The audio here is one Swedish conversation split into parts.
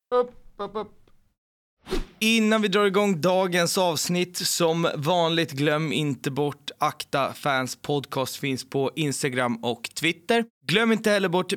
Upp. Innan vi drar igång dagens avsnitt, som vanligt, glöm inte bort Akta Fans Podcast finns på Instagram och Twitter. Glöm inte heller bort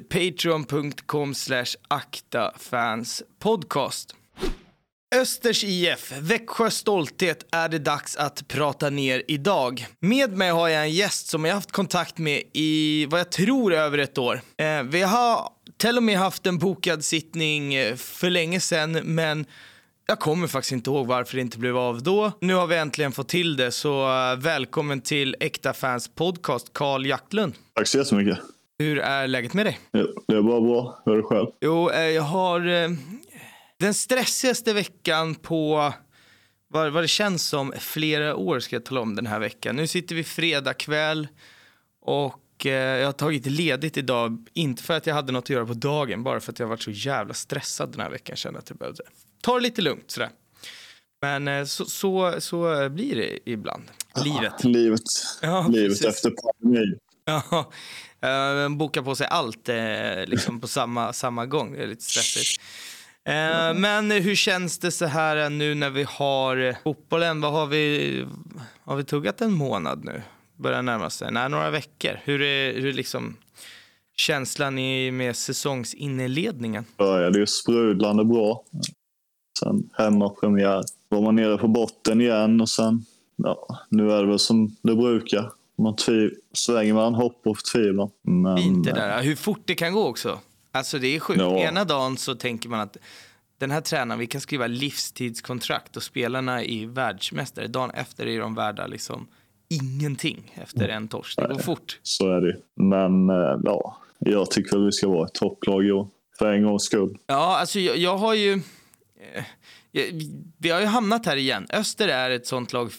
patreon.com/aktafanspodcast. Östers IF, Växjö stolthet, är det dags att prata ner idag. Med mig har jag en gäst som jag haft kontakt med i vad jag tror över ett år. Vi har till och med haft en bokad sittning för länge sedan, men jag kommer faktiskt inte ihåg varför det inte blev av då. Nu har vi äntligen fått till det, så välkommen till Äkta Fans Podcast, Carl Jacklund. Tack så jättemycket. Hur är läget med dig? Ja, det är bara bra. Hur är det själv? Jo, jag har den stressigaste veckan på vad det känns som flera år, ska jag tala om den här veckan. Nu sitter vi fredag kväll och jag har tagit ledigt idag. Inte för att jag hade något att göra på dagen, bara för att jag har varit så jävla stressad den här veckan. Jag kände att jag behövde ta det lite lugnt sådär. Men så blir det ibland. Livet efter pandemin. Ja, boka på sig allt liksom på samma gång. Det är lite stressigt. Men hur känns det så här nu när vi har fotbollen? Vad har vi tuggat en månad nu? Börjar närma sig. Nej, några veckor. Hur är liksom känslan med säsongsinledningen? Ja, det är sprudlande bra. Sen hemmapremiär. Var man nere på botten igen och sen, nu är det väl som det brukar. Man svänger man hopp och förtvivlan. Fint det där. Hur fort det kan gå också. Alltså det är sjukt. Ja. Ena dagen så tänker man att den här tränaren, vi kan skriva livstidskontrakt och spelarna är världsmästare. Dagen efter är de värda liksom ingenting efter en torsk. Det går fort. Så är det. Men jag tycker väl vi ska vara ett topplag för en gångs skull. Ja, alltså jag har ju vi har ju hamnat här igen. Öster är ett sånt lag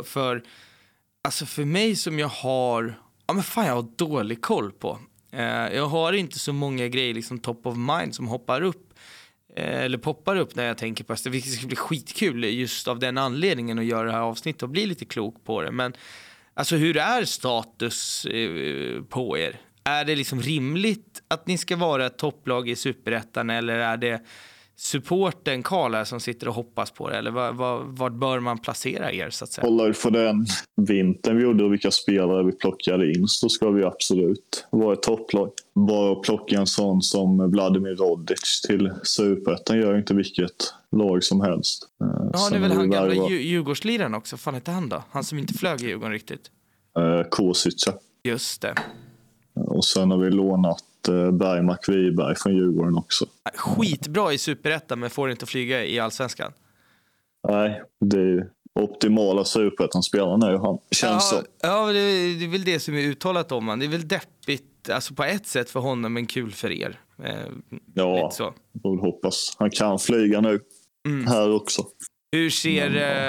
för mig som jag har jag har dålig koll på. Jag har inte så många grejer liksom top of mind som hoppar upp eller poppar upp när jag tänker på Öster. Vilket ska bli skitkul just av den anledningen att göra det här avsnittet och bli lite klok på det. Men alltså, hur är status på er? Är det liksom rimligt att ni ska vara ett topplag i Superettan, eller är det supporten Karl som sitter och hoppas på det? Eller vart bör man placera er så att säga? Håller för den vintern vi gjorde och vilka spelare vi plockade in, så ska vi absolut vara ett topplag. Bara plocka en sån som Vladimir Rodic till Superettan gör inte vilket lag som helst. Ja, det är väl han gamla Djurgårdsliraren också. Fan heter han då? Han som inte flög i Djurgården riktigt. Kosic. Just det. Och sen har vi lånat Bergmark Wiberg från Djurgården också. Skitbra i Superettan, men får inte flyga i Allsvenskan. Nej, det är optimala Superettan-spelaren är ju han. Känns så. Ja, det är väl det som är uttalat om han. Det är väl deppigt, alltså på ett sätt för honom, men kul för er. Ja, jag vill hoppas. Han kan flyga nu här också. Hur ser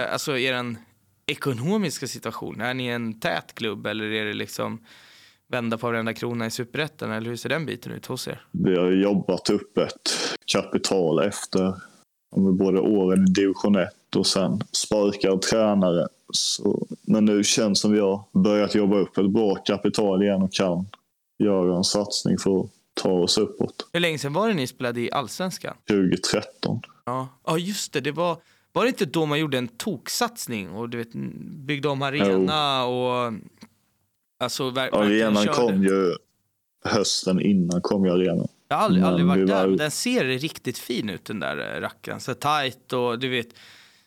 er ekonomiska situation? Är ni en tät klubb, eller är det liksom vända på varenda krona i Superettan, eller hur ser den biten ut hos er? Vi har jobbat upp ett kapital efter både åren i division 1 och sen sparkad tränare. Men nu känns som vi har börjat jobba upp ett bra kapital igen och kan göra en satsning för att ta oss uppåt. Hur länge sedan var det ni spelade i Allsvenskan? 2013. Ja, just det. Det var det inte då man gjorde en toksatsning och du vet, byggde om arena och alltså arenan kom ju hösten innan kom ju arenan. Jag har aldrig varit där. Den ser riktigt fin ut, den där rackaren. Så tajt och du vet.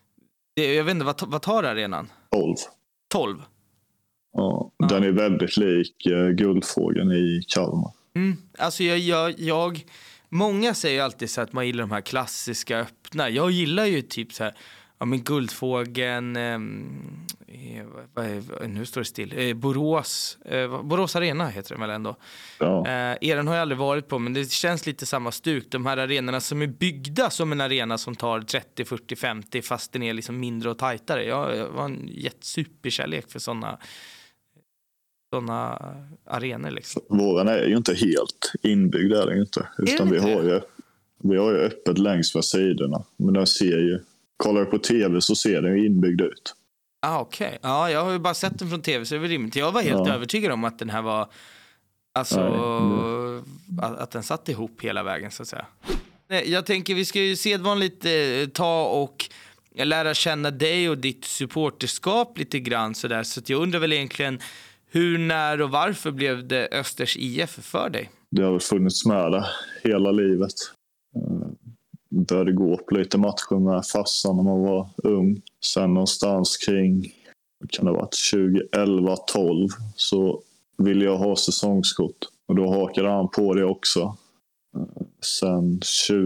Jag vet inte, vad tar arenan? 12? Ja, den är väldigt lik Guldfågeln i Kalmar. Alltså många säger alltid så att man gillar de här klassiska öppna. Jag gillar ju typ så här, men Guldfågeln, nu står det still. Borås Arena heter den väl ändå. Ja. Eran har jag aldrig varit på, men det känns lite samma stuk. De här arenorna som är byggda som en arena som tar 30, 40, 50 fast den är liksom mindre och tajtare. Jag var en superkärlek för sådana arenor liksom. Våran är ju inte helt inbyggd, är det inte. Utan vi har ju öppet längs med sidorna. Men den ser ju, kollar på tv så ser den ju inbyggd ut. Okej. Ja, jag har ju bara sett den från tv, så det är väl rimligt. Jag var helt övertygad om att den här var, alltså, att den satt ihop hela vägen så att säga. Nej, jag tänker vi ska ju sedvanligt ta och lära känna dig och ditt supporterskap lite grann sådär. Så att jag undrar väl egentligen hur, när och varför blev det Östers IF för dig? Det har väl funnits med där hela livet. Började gå på lite matcher med farsan när man var ung. Sen någonstans kring, kan det ha varit 2011-12, så ville jag ha säsongskort. Och då hakade han på det också. Sen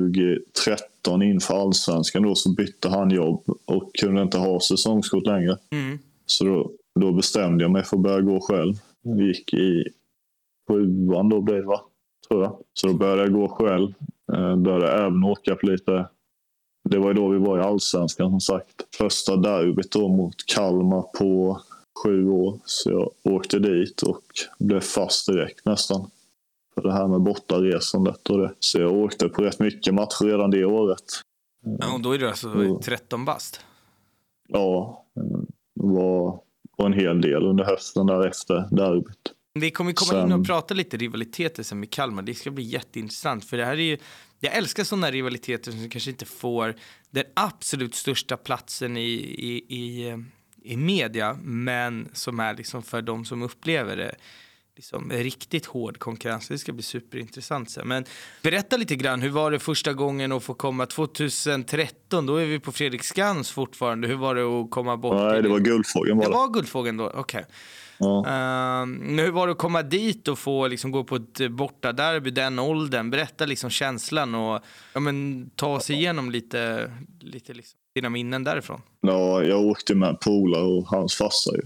2013 inför Allsvenskan då, så bytte han jobb och kunde inte ha säsongskort längre. Så då bestämde jag mig för att börja gå själv. Jag gick i 7:an då blev det, va? Tror jag. Så då började jag gå själv. Började även åka på lite. Det var ju då vi var i Allsvenskan som sagt. Första derbyt då mot Kalmar på 7 år. Så jag åkte dit och blev fast direkt nästan. För det här med bortaresandet och det. Så jag åkte på rätt mycket matcher redan det året. Ja, och då är du alltså 13 bast? Ja, det var en hel del under hösten därefter derbyt. Vi kommer komma in och prata lite rivaliteter sen med Kalmar. Det ska bli jätteintressant. För det här är ju, jag älskar sådana rivaliteter som kanske inte får den absolut största platsen i media. Men som är liksom för de som upplever det liksom riktigt hård konkurrens. Det ska bli superintressant sen. Men berätta lite grann, hur var det första gången att få komma 2013? Då är vi på Fredriksskans fortfarande. Hur var det att komma bort? Nej, det var Guldfågeln. Det var Guldfågeln då, okej. Ja. Hur var det att komma dit och få liksom gå på ett bortaderby den åldern? Berätta liksom känslan och ta sig igenom lite liksom dina minnen därifrån. Ja, jag åkte med polare och hans farsa ju.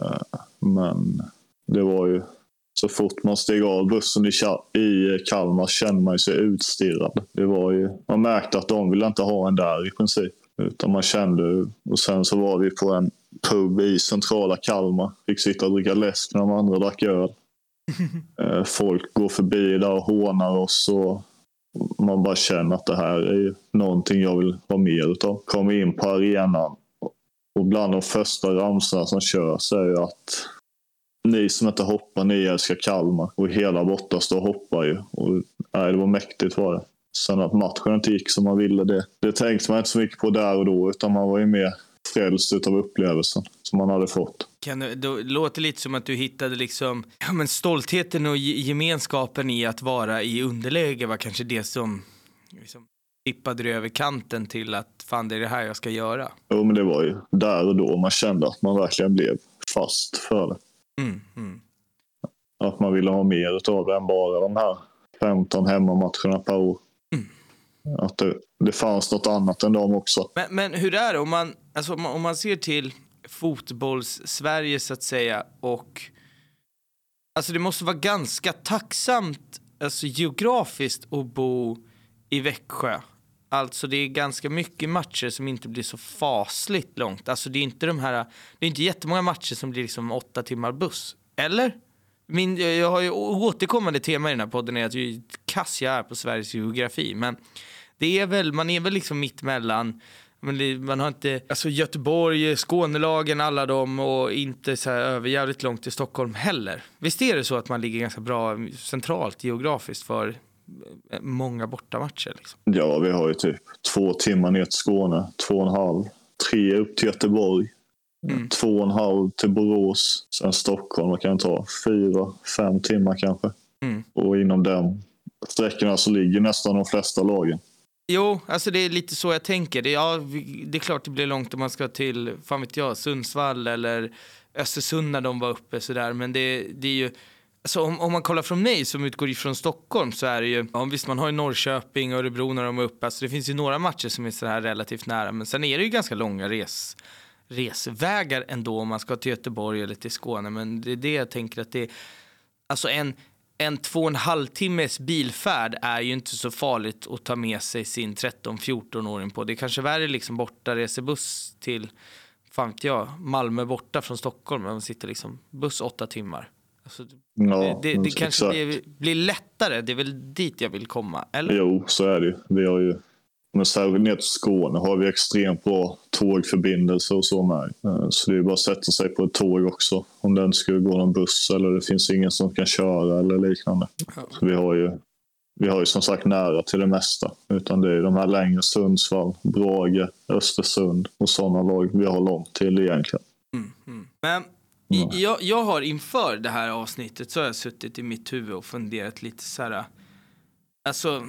Men det var ju så fort man steg av bussen i Kalmar kände man sig utstirrad. Det var ju, man märkte att de ville inte ha en där i princip. Utan man kände, och sen så var vi på en pub i centrala Kalmar. Fick sitta och dricka läsk när de andra drack öl. Folk går förbi där och hånar oss och man bara känner att det här är någonting jag vill ha mer utav. Kommer in på arenan och bland de första ramsorna som körs är ju att ni som inte hoppar, ni älskar Kalmar. Och hela borta står och hoppar ju. Och, nej, det var mäktigt var det. Sen att matchen inte gick som man ville, det tänkte man inte så mycket på där och då. Utan man var ju mer frälst utav upplevelsen som man hade fått. Det låter lite som att du hittade liksom, stoltheten och gemenskapen i att vara i underläge var kanske det som liksom tippade över kanten till att fan, det är det här jag ska göra. Jo, men det var ju där och då man kände att man verkligen blev fast för det. Att man ville ha mer utav det än bara de här 15 hemmamatcherna per år. Att det fanns något annat än dem också. Men hur är det om man ser till fotbolls-Sverige så att säga, och alltså det måste vara ganska tacksamt geografiskt att bo i Växjö. Alltså det är ganska mycket matcher som inte blir så fasligt långt. Alltså det är inte jättemånga matcher som blir liksom 8 timmar buss. Eller? Jag har ju återkommande tema i den här podden är att hur kass jag är på Sveriges geografi. Men det är väl, man är väl liksom mitt mellan. Man har inte, Göteborg, Skånelagen, alla dem, och inte så här överjävligt långt till Stockholm heller. Visst är det så att man ligger ganska bra centralt geografiskt för många bortamatcher liksom? Ja, vi har ju typ 2 timmar ner till Skåne, 2,5, 3 upp till Göteborg, 2,5 till Borås, sen Stockholm, man kan ta 4-5 timmar kanske. Och inom den sträckorna så ligger nästan de flesta lagen. Jo, alltså det är lite så jag tänker. Det är klart det blir långt om man ska till, fan vet jag, Sundsvall eller Östersund när de var uppe sådär. Men det är ju, alltså om man kollar från mig som utgår ifrån Stockholm så är det ju, visst man har ju Norrköping och Örebro när de är uppe. Alltså det finns ju några matcher som är så här relativt nära. Men sen är det ju ganska långa resvägar ändå om man ska till Göteborg eller till Skåne. Men det är det jag tänker att det är, alltså en 2,5 timmes bilfärd är ju inte så farligt att ta med sig sin 13-14-åring på. Det är kanske värre liksom borta resebuss till, fan vet jag, Malmö borta från Stockholm. Man sitter liksom buss 8 timmar. Alltså, det kanske blir lättare. Det är väl dit jag vill komma, eller? Jo, så är det ju. Vi har ju, men särskilt ner till Skåne har vi extremt bra tågförbindelse och så med. Så det är bara att sätta sig på ett tåg också. Om den skulle gå någon buss eller det finns ingen som kan köra eller liknande. Så vi har ju vi har ju som sagt nära till det mesta. Utan det är de här längre Sundsvall, Brage, Östersund och sådana lag vi har långt till egentligen. Men jag har inför det här avsnittet så har jag suttit i mitt huvud och funderat lite så här. Alltså,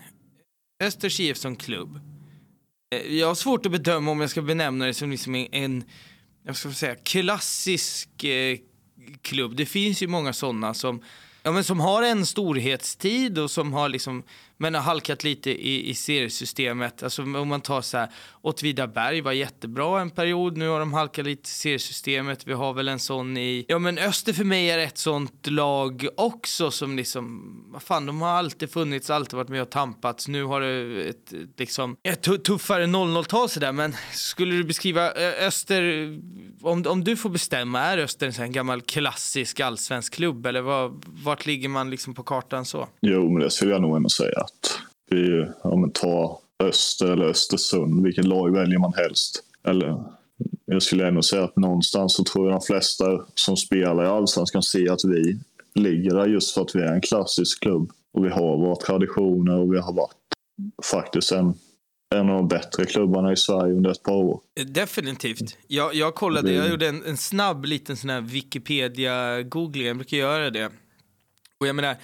Östers IF som klubb. Jag har svårt att bedöma om jag ska benämna det som liksom en jag ska säga, klassisk klubb. Det finns ju många sådana som har en storhetstid och som har liksom, men har halkat lite i seriesystemet. Alltså om man tar så här, Åtvidaberg var jättebra en period, nu har de halkat lite i seriesystemet. Vi har väl en sån i, Öster för mig är ett sånt lag också som liksom, vad fan, de har alltid funnits, alltid varit med och tampats. Nu har det ett tuffare 00-tal sådär, men skulle du beskriva Öster, om du får bestämma, är Öster en gammal klassisk allsvensk klubb eller vart ligger man liksom på kartan så? Jo, men det skulle jag nog ändå säga att det är ju, ta Öster eller Östersund, vilket lag väljer man helst. Eller jag skulle ändå säga att någonstans så tror jag de flesta som spelar i allsvenskan ser att vi ligger där just för att vi är en klassisk klubb. Och vi har våra traditioner och vi har varit faktiskt en av de bättre klubbarna i Sverige under ett par år. Definitivt. Jag kollade, jag gjorde en snabb liten sån här Wikipedia-googling, jag brukar göra det. Och jag menar,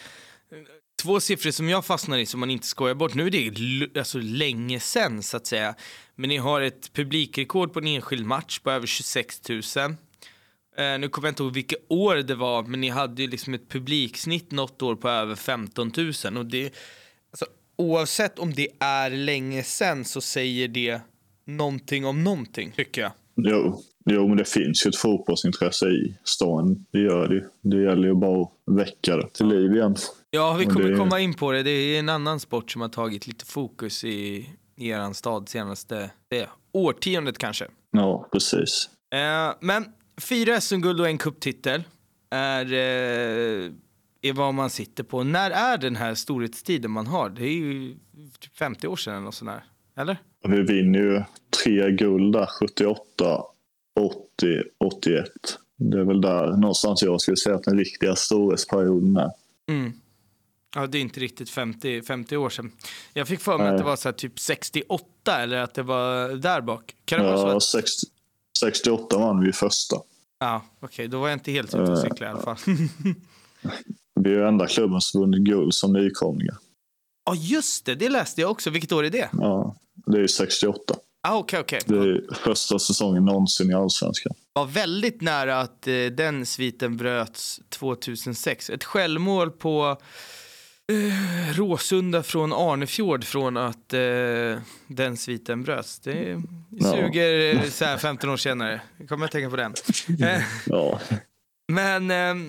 2 siffror som jag fastnar i som man inte skojar bort. Nu är det alltså länge sedan så att säga. Men ni har ett publikrekord på en enskild match på över 26 000. Nu kommer jag inte ihåg vilka år det var, men ni hade ju liksom ett publiksnitt något år på över 15 000. Och det, alltså, oavsett om det är länge sedan så säger det någonting om någonting, tycker jag. Jo, men det finns ju ett fotbollsintresse i stan. Det gör det. Det gäller ju bara att väcka det till liv igen. Ja, vi kommer komma in på det. Det är en annan sport som har tagit lite fokus i eran stad senaste årtiondet kanske. Ja, precis. Men 4 SM-guld och en cuptitel är vad man sitter på. När är den här storhetstiden man har? Det är ju typ 50 år sedan eller något sånt där, eller? Vi vinner ju 3 guld där, 78, 80, 81. Det är väl där någonstans jag skulle säga att den riktiga storhetsperioden är. Ja, det är inte riktigt 50 år sedan. Jag fick för mig att det var så här typ 68 eller att det var där bak. Kan det vara så att... 68 vann vi första. Ja, okej. Då var jag inte helt ute och cykla i alla fall. Vi är enda klubben som vunnit guld som nykomlingar. Ja, just det. Det läste jag också. Vilket år är det? Ja, det är 68. Okej. Det är första säsongen någonsin i allsvenskan. Var väldigt nära att den sviten bröts 2006. Ett självmål på Råsunda från Arnefjord från att den sviten bröts. Det suger så här 15 år senare. Jag kommer att tänka på den. Ja. Men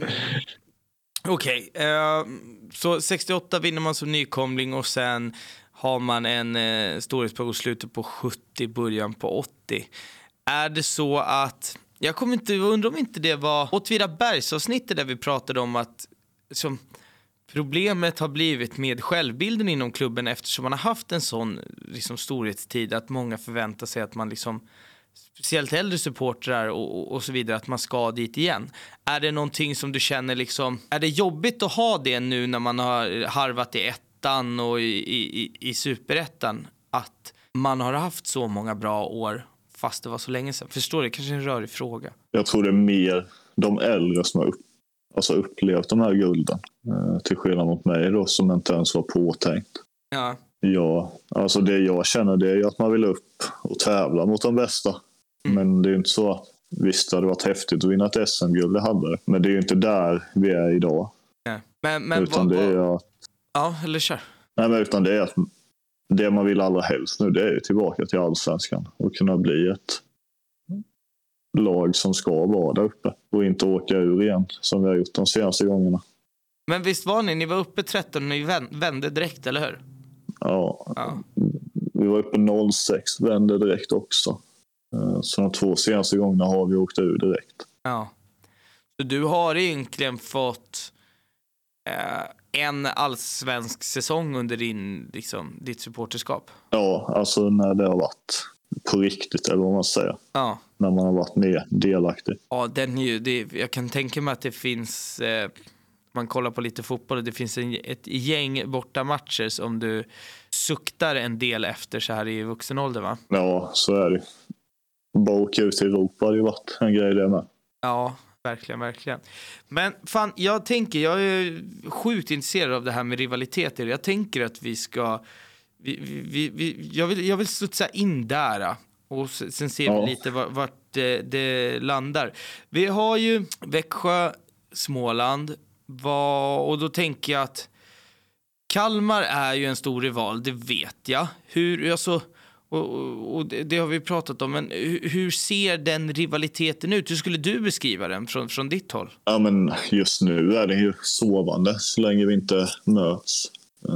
okej. Så 68 vinner man som nykomling och sen har man en storhetsperiod slutet på 70, början på 80. Är det så att jag kommer inte undra om inte det var Åtvidabergsavsnittet där vi pratade om att som problemet har blivit med självbilden inom klubben eftersom man har haft en sån liksom storhetstid att många förväntar sig att man liksom speciellt äldre supportrar och så vidare att man ska dit igen. Är det någonting som du känner liksom, är det jobbigt att ha det nu när man har harvat i ettan och i superettan att man har haft så många bra år fast det var så länge sedan? Förstår du? Kanske en rörig fråga. Jag tror det är mer de äldre som har upplevt de här gulden. Till skillnad mot mig då som inte ens var påtänkt. Ja, alltså det jag känner det är att man vill upp och tävla mot de bästa. Men det är ju inte så att visst det hade varit häftigt att vinna ett SM-guld, det hade det. Men det är ju inte där vi är idag. Ja. Men utan det är att... Ja, eller kör. Nej, men utan det är att det man vill allra helst nu, det är ju tillbaka till allsvenskan och kunna bli ett lag som ska vara där uppe och inte åka ur igen som vi har gjort de senaste gångerna. Men visst var ni var uppe 13 och ni vände direkt, eller hur? Ja. Vi var uppe 06, vände direkt också. Så de 2 senaste gångerna har vi åkt ur direkt. Ja. Så du har egentligen fått en allsvensk säsong under ditt supporterskap? Ja, alltså när det har varit på riktigt, eller vad man säger. Ja. När man har varit mer delaktig. Ja, jag kan tänka mig att det finns man kollar på lite fotboll och det finns ett gäng borta matcher som du suktar en del efter så här i vuxen ålder, va? Ja, så är det. Bara åka ut i Europa hade ju varit en grej det med. Ja, verkligen. Men fan, jag är sjukt intresserad av det här med rivaliteter. Jag tänker att vi ska... Jag vill studsa in där och sen ser vi lite vart det landar. Vi har ju Växjö, Småland, och då tänker jag att Kalmar är ju en stor rival, det vet jag. Och det har vi pratat om, men hur ser den rivaliteten ut? Hur skulle du beskriva den från ditt håll? Ja, men just nu är det ju sovande så länge vi inte möts.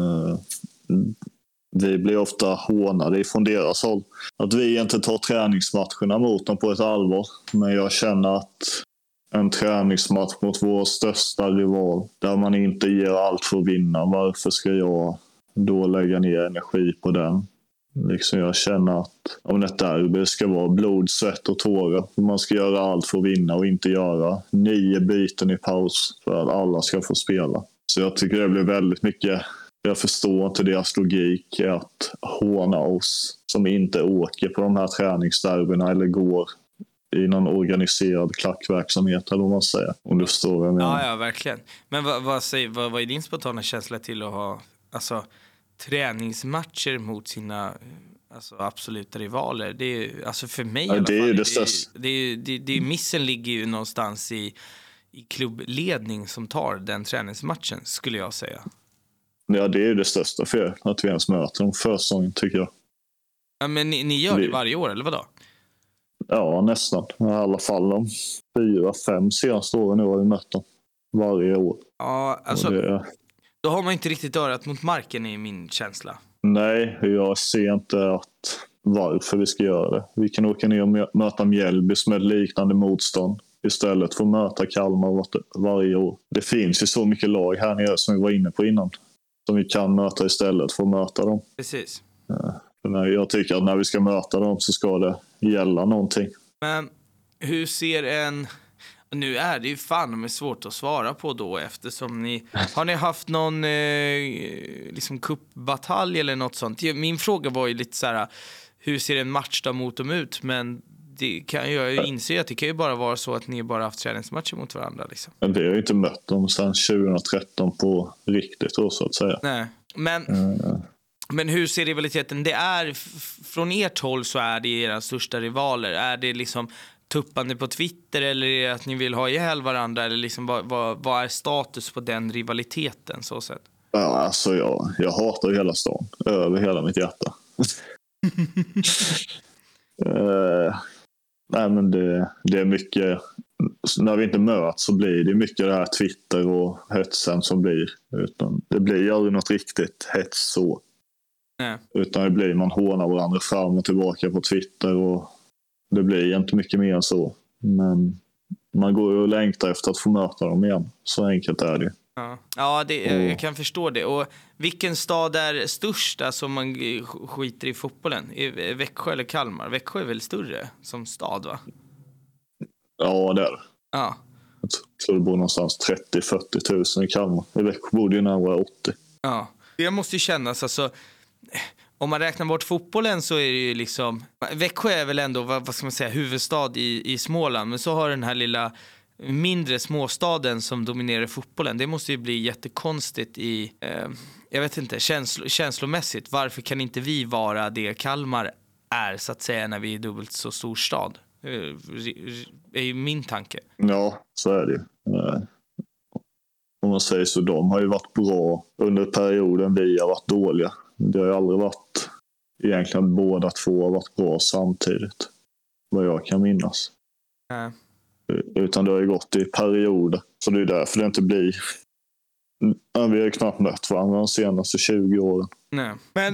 Vi blir ofta hånade från deras håll. Att vi inte tar träningsmatcherna mot dem på ett allvar. Men jag känner att en träningsmatch mot vår största rival, där man inte ger allt för att vinna, varför ska jag då lägga ner energi på den? Liksom jag känner att om ett derby ska vara blod, svett och tårar. Man ska göra allt för att vinna och inte göra 9 byten i paus för att alla ska få spela. Så jag tycker det blir väldigt mycket... Jag förstår inte deras logik att håna oss som inte åker på de här träningsderbyna eller går i någon organiserad klackverksamhet eller vad man säger. Om du förstår vad jag menar. Ja, verkligen. Men vad är din spontana känsla till att ha träningsmatcher mot sina absoluta rivaler? Det är alltså för mig i alla fall. Missen ligger ju någonstans i klubbledning som tar den träningsmatchen, skulle jag säga. Ja, det är ju det största för att vi ens möter dem försäsongen, tycker jag. Ja, men ni gör det varje år, eller vadå? Ja, nästan. I alla fall de 4-5 senaste åren nu har vi mött dem varje år. Ja, då har man inte riktigt örat mot marken i min känsla. Nej, jag ser inte varför vi ska göra det. Vi kan åka ner och möta Mjällby som är liknande motstånd istället för att möta Kalmar varje år. Det finns ju så mycket lag här nere som vi var inne på innan, som vi kan möta istället för att möta dem. Precis. Jag tycker att när vi ska möta dem så ska det gälla någonting. Men hur ser nu är det ju fan med svårt att svara på då, eftersom har ni haft någon cupbatalj eller något sånt? Min fråga var ju lite så här, hur ser en match då mot dem ut? Men jag inser att det kan ju bara vara så att ni bara haft träningsmatcher mot varandra liksom. Men vi har ju inte mött dem sedan 2013 på riktigt då, så att säga. Nej, men hur ser rivaliteten? Det är från ert håll så är det era största rivaler. Är det liksom tuppande på Twitter, eller är det att ni vill ha ihjäl varandra, eller liksom vad är status på den rivaliteten så sett? Ja, alltså jag hatar hela stan över hela mitt hjärta. Nej, men det är mycket, när vi inte möts så blir det mycket det här Twitter och hetsen som blir, utan det blir aldrig något riktigt hets så. Nej. Utan det blir man hånar varandra fram och tillbaka på Twitter, och det blir inte mycket mer än så. Men man går ju och längtar efter att få möta dem igen. Så enkelt är det. Ja, jag kan förstå det. Och vilken stad är störst som man skiter i fotbollen? Växjö eller Kalmar? Växjö är väl större som stad, va? Ja, det är det. Ja. Jag tror det bor någonstans 30-40 000 i Kalmar. I Växjö bor det ju närmare 80. Ja, det måste ju kännas alltså... Om man räknar bort fotbollen så är det ju liksom... Växjö är väl ändå, vad ska man säga, huvudstad i Småland. Men så har den här lilla mindre småstaden som dominerar fotbollen. Det måste ju bli jättekonstigt jag vet inte, känslomässigt. Varför kan inte vi vara det Kalmar är, så att säga, när vi är dubbelt så stor stad? Är ju min tanke. Ja, så är det ju. Om man säger så, de har ju varit bra under perioden vi har varit dåliga. Det har ju aldrig varit, egentligen båda två har varit bra samtidigt, vad jag kan minnas. Utan det har ju gått i perioder. Så det är därför det inte blir... Vi har ju knappt mött varandra de senaste 20 åren. Nej.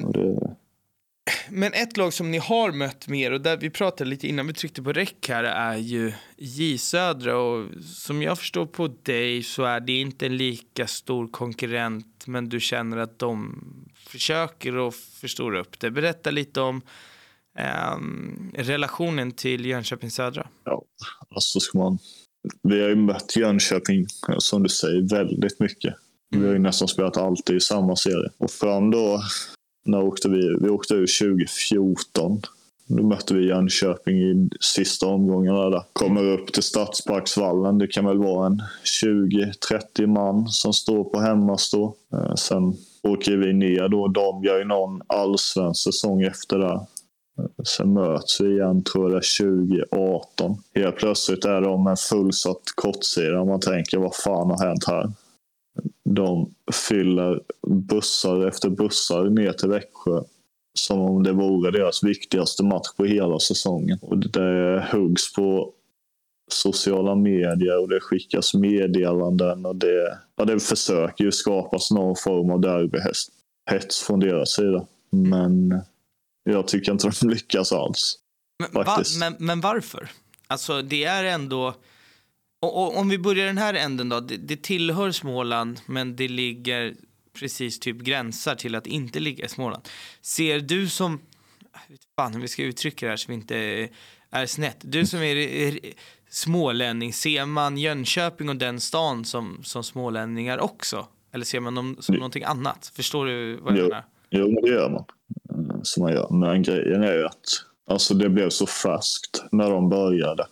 Men ett lag som ni har mött mer, och där vi pratade lite innan vi tryckte på räck här, är ju J Södra. Och som jag förstår på dig så är det inte en lika stor konkurrent, men du känner att de försöker att förstora upp det. Berätta lite om relationen till Jönköping Södra. Ja, alltså ska man Vi har ju mött Jönköping, som du säger, väldigt mycket. Vi har ju nästan spelat alltid i samma serie. Och fram då, när vi åkte ut 2014. Då mötte vi Jönköping i sista omgången där. Kommer upp till Stadsparksvallen. Det kan väl vara en 20-30 man som står på hemmastå. Sen åker vi ner då. De gör ju någon allsvensk säsong efter det. Sen möts vi igen, tror jag det är 2018. Helt plötsligt är de en fullsatt kortsida. Man tänker, vad fan har hänt här? De fyller bussar efter bussar ner till Växjö. Som om det vore deras viktigaste match på hela säsongen. Och det huggs på sociala medier och det skickas meddelanden. Och det försöker ju skapas någon form av derbyhets från deras sida. Men jag tycker inte de lyckas alls. Men varför? Alltså det är ändå... Och om vi börjar den här änden då. Det tillhör Småland, men det ligger precis typ gränsar till att inte ligga i Småland. Ser du som... Fan, hur vi ska uttrycka det här så vi inte är snett. Du som är smålänning, ser man Jönköping och den stan som smålänningar också? Eller ser man dem som någonting annat? Förstår du vad jag menar? Jo, det gör man. Som man gör. Men grejen är ju att alltså, det blev så färskt när de började.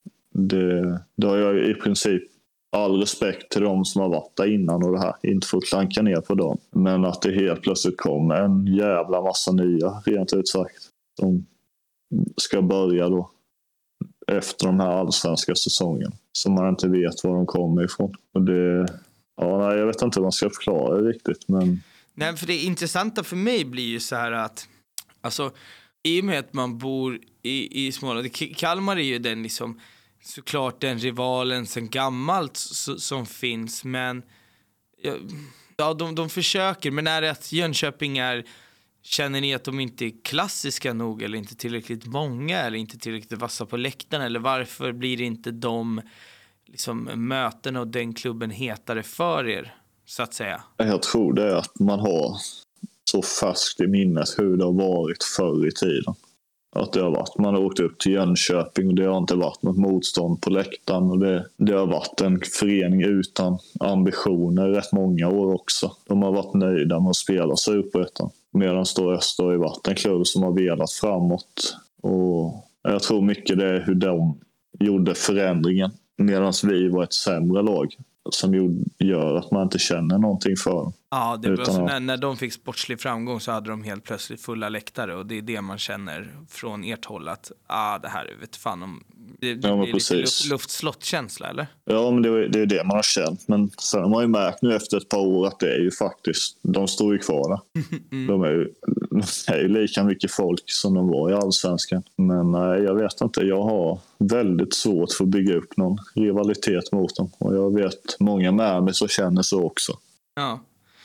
Det har jag i princip all respekt till de som har varit där innan och det här. Inte för att klanka ner på dem. Men att det helt plötsligt kom en jävla massa nya, rent ut sagt. Som ska börja då efter de här allsvenska säsongen. Som man inte vet var de kommer ifrån. Och jag vet inte hur man ska förklara det riktigt. Men... Nej, för det intressanta för mig blir ju så här att alltså, i och med att man bor i Småland, Kalmar är ju den liksom såklart den rivalen sen gammalt som finns, men ja, de försöker, men är det att Jönköping känner ni att de inte är klassiska nog eller inte tillräckligt många eller inte tillräckligt vassa på läktaren, eller varför blir det inte de liksom möten och den klubben hetare för er, så att säga? Jag tror det är att man har så fast i minnet hur det har varit förr i tiden. Att det har varit, man har åkt upp till Jönköping och det har inte varit något motstånd på läktaren och det har varit en förening utan ambitioner rätt många år också. De har varit nöjda med att spela Superettan. Medan Öster har ju varit en klubb som har velat framåt, och jag tror mycket det är hur de gjorde förändringen medan vi var ett sämre lag som gör att man inte känner någonting för dem. Ja, det var så när de fick sportslig framgång så hade de helt plötsligt fulla läktare, och det är det man känner från ert håll att det här vet fan om det blir lite luftslott-känsla, eller? Ja, men det är det man har känt, men sen har man ju märkt nu efter ett par år att det är ju faktiskt, de står ju kvar där. De är ju lika mycket folk som de var i Allsvenskan, men jag vet inte, jag har väldigt svårt för att bygga upp någon rivalitet mot dem, och jag vet många med mig så känner så också. Ja.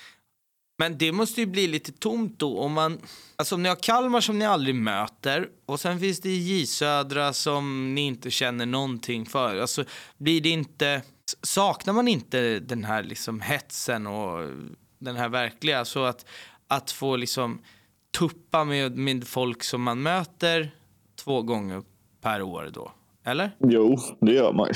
Men det måste ju bli lite tomt då om ni har Kalmar som ni aldrig möter, och sen finns det J Södra som ni inte känner någonting för. Alltså blir det inte, saknar man inte den här liksom hetsen och den här verkliga, så att få liksom tuppa med folk som man möter 2 gånger per år då, eller? Jo, det gör man ju.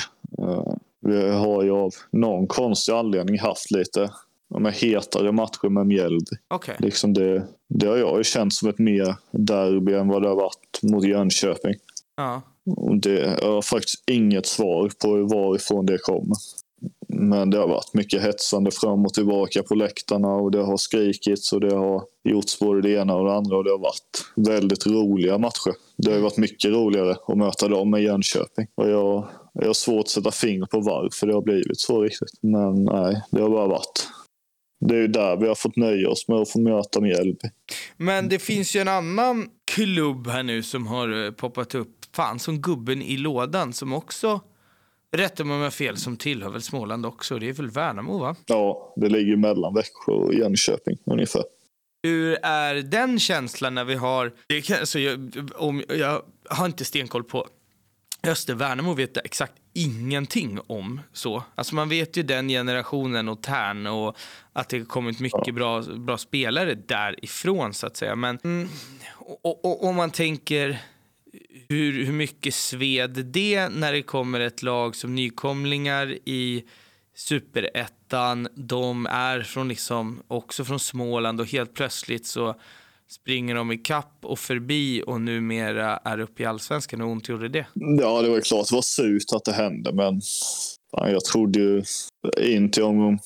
Vi har ju av någon konstig anledning haft lite med hetare matcher med Mjällby. Okay. Liksom det har jag ju känt som ett mer derby än vad det har varit mot Jönköping. Ja. Och jag har faktiskt inget svar på varifrån det kommer. Men det har varit mycket hetsande fram och tillbaka på läktarna, och det har skrikits och det har gjorts både det ena och det andra, och det har varit väldigt roliga matcher. Det har varit mycket roligare att möta dem med Jönköping. Och jag har svårt att sätta finger på varför det har blivit så riktigt. Men nej, det har bara varit. Det är ju där vi har fått nöja oss med att få möta Mjällby. Men det finns ju en annan klubb här nu som har poppat upp. Fan, som gubben i lådan som också, rätt om jag har fel, som tillhör väl Småland också. Det är väl Värnamo, va? Ja, det ligger mellan Växjö och Jönköping ungefär. Hur är den känslan när vi har... jag har inte stenkoll på Värnamo, vet jag exakt ingenting om så. Alltså man vet ju den generationen och Tärn, och att det har kommit mycket bra spelare därifrån så att säga. Men och om man tänker, hur mycket sved det när det kommer ett lag som nykomlingar i Superettan. De är från liksom, också från Småland och helt plötsligt så springer de i kapp och förbi och numera är uppe i Allsvenskan. Hur ont gjorde det? Ja, det var klart. Det var surt att det hände, men fan, jag trodde ju inte om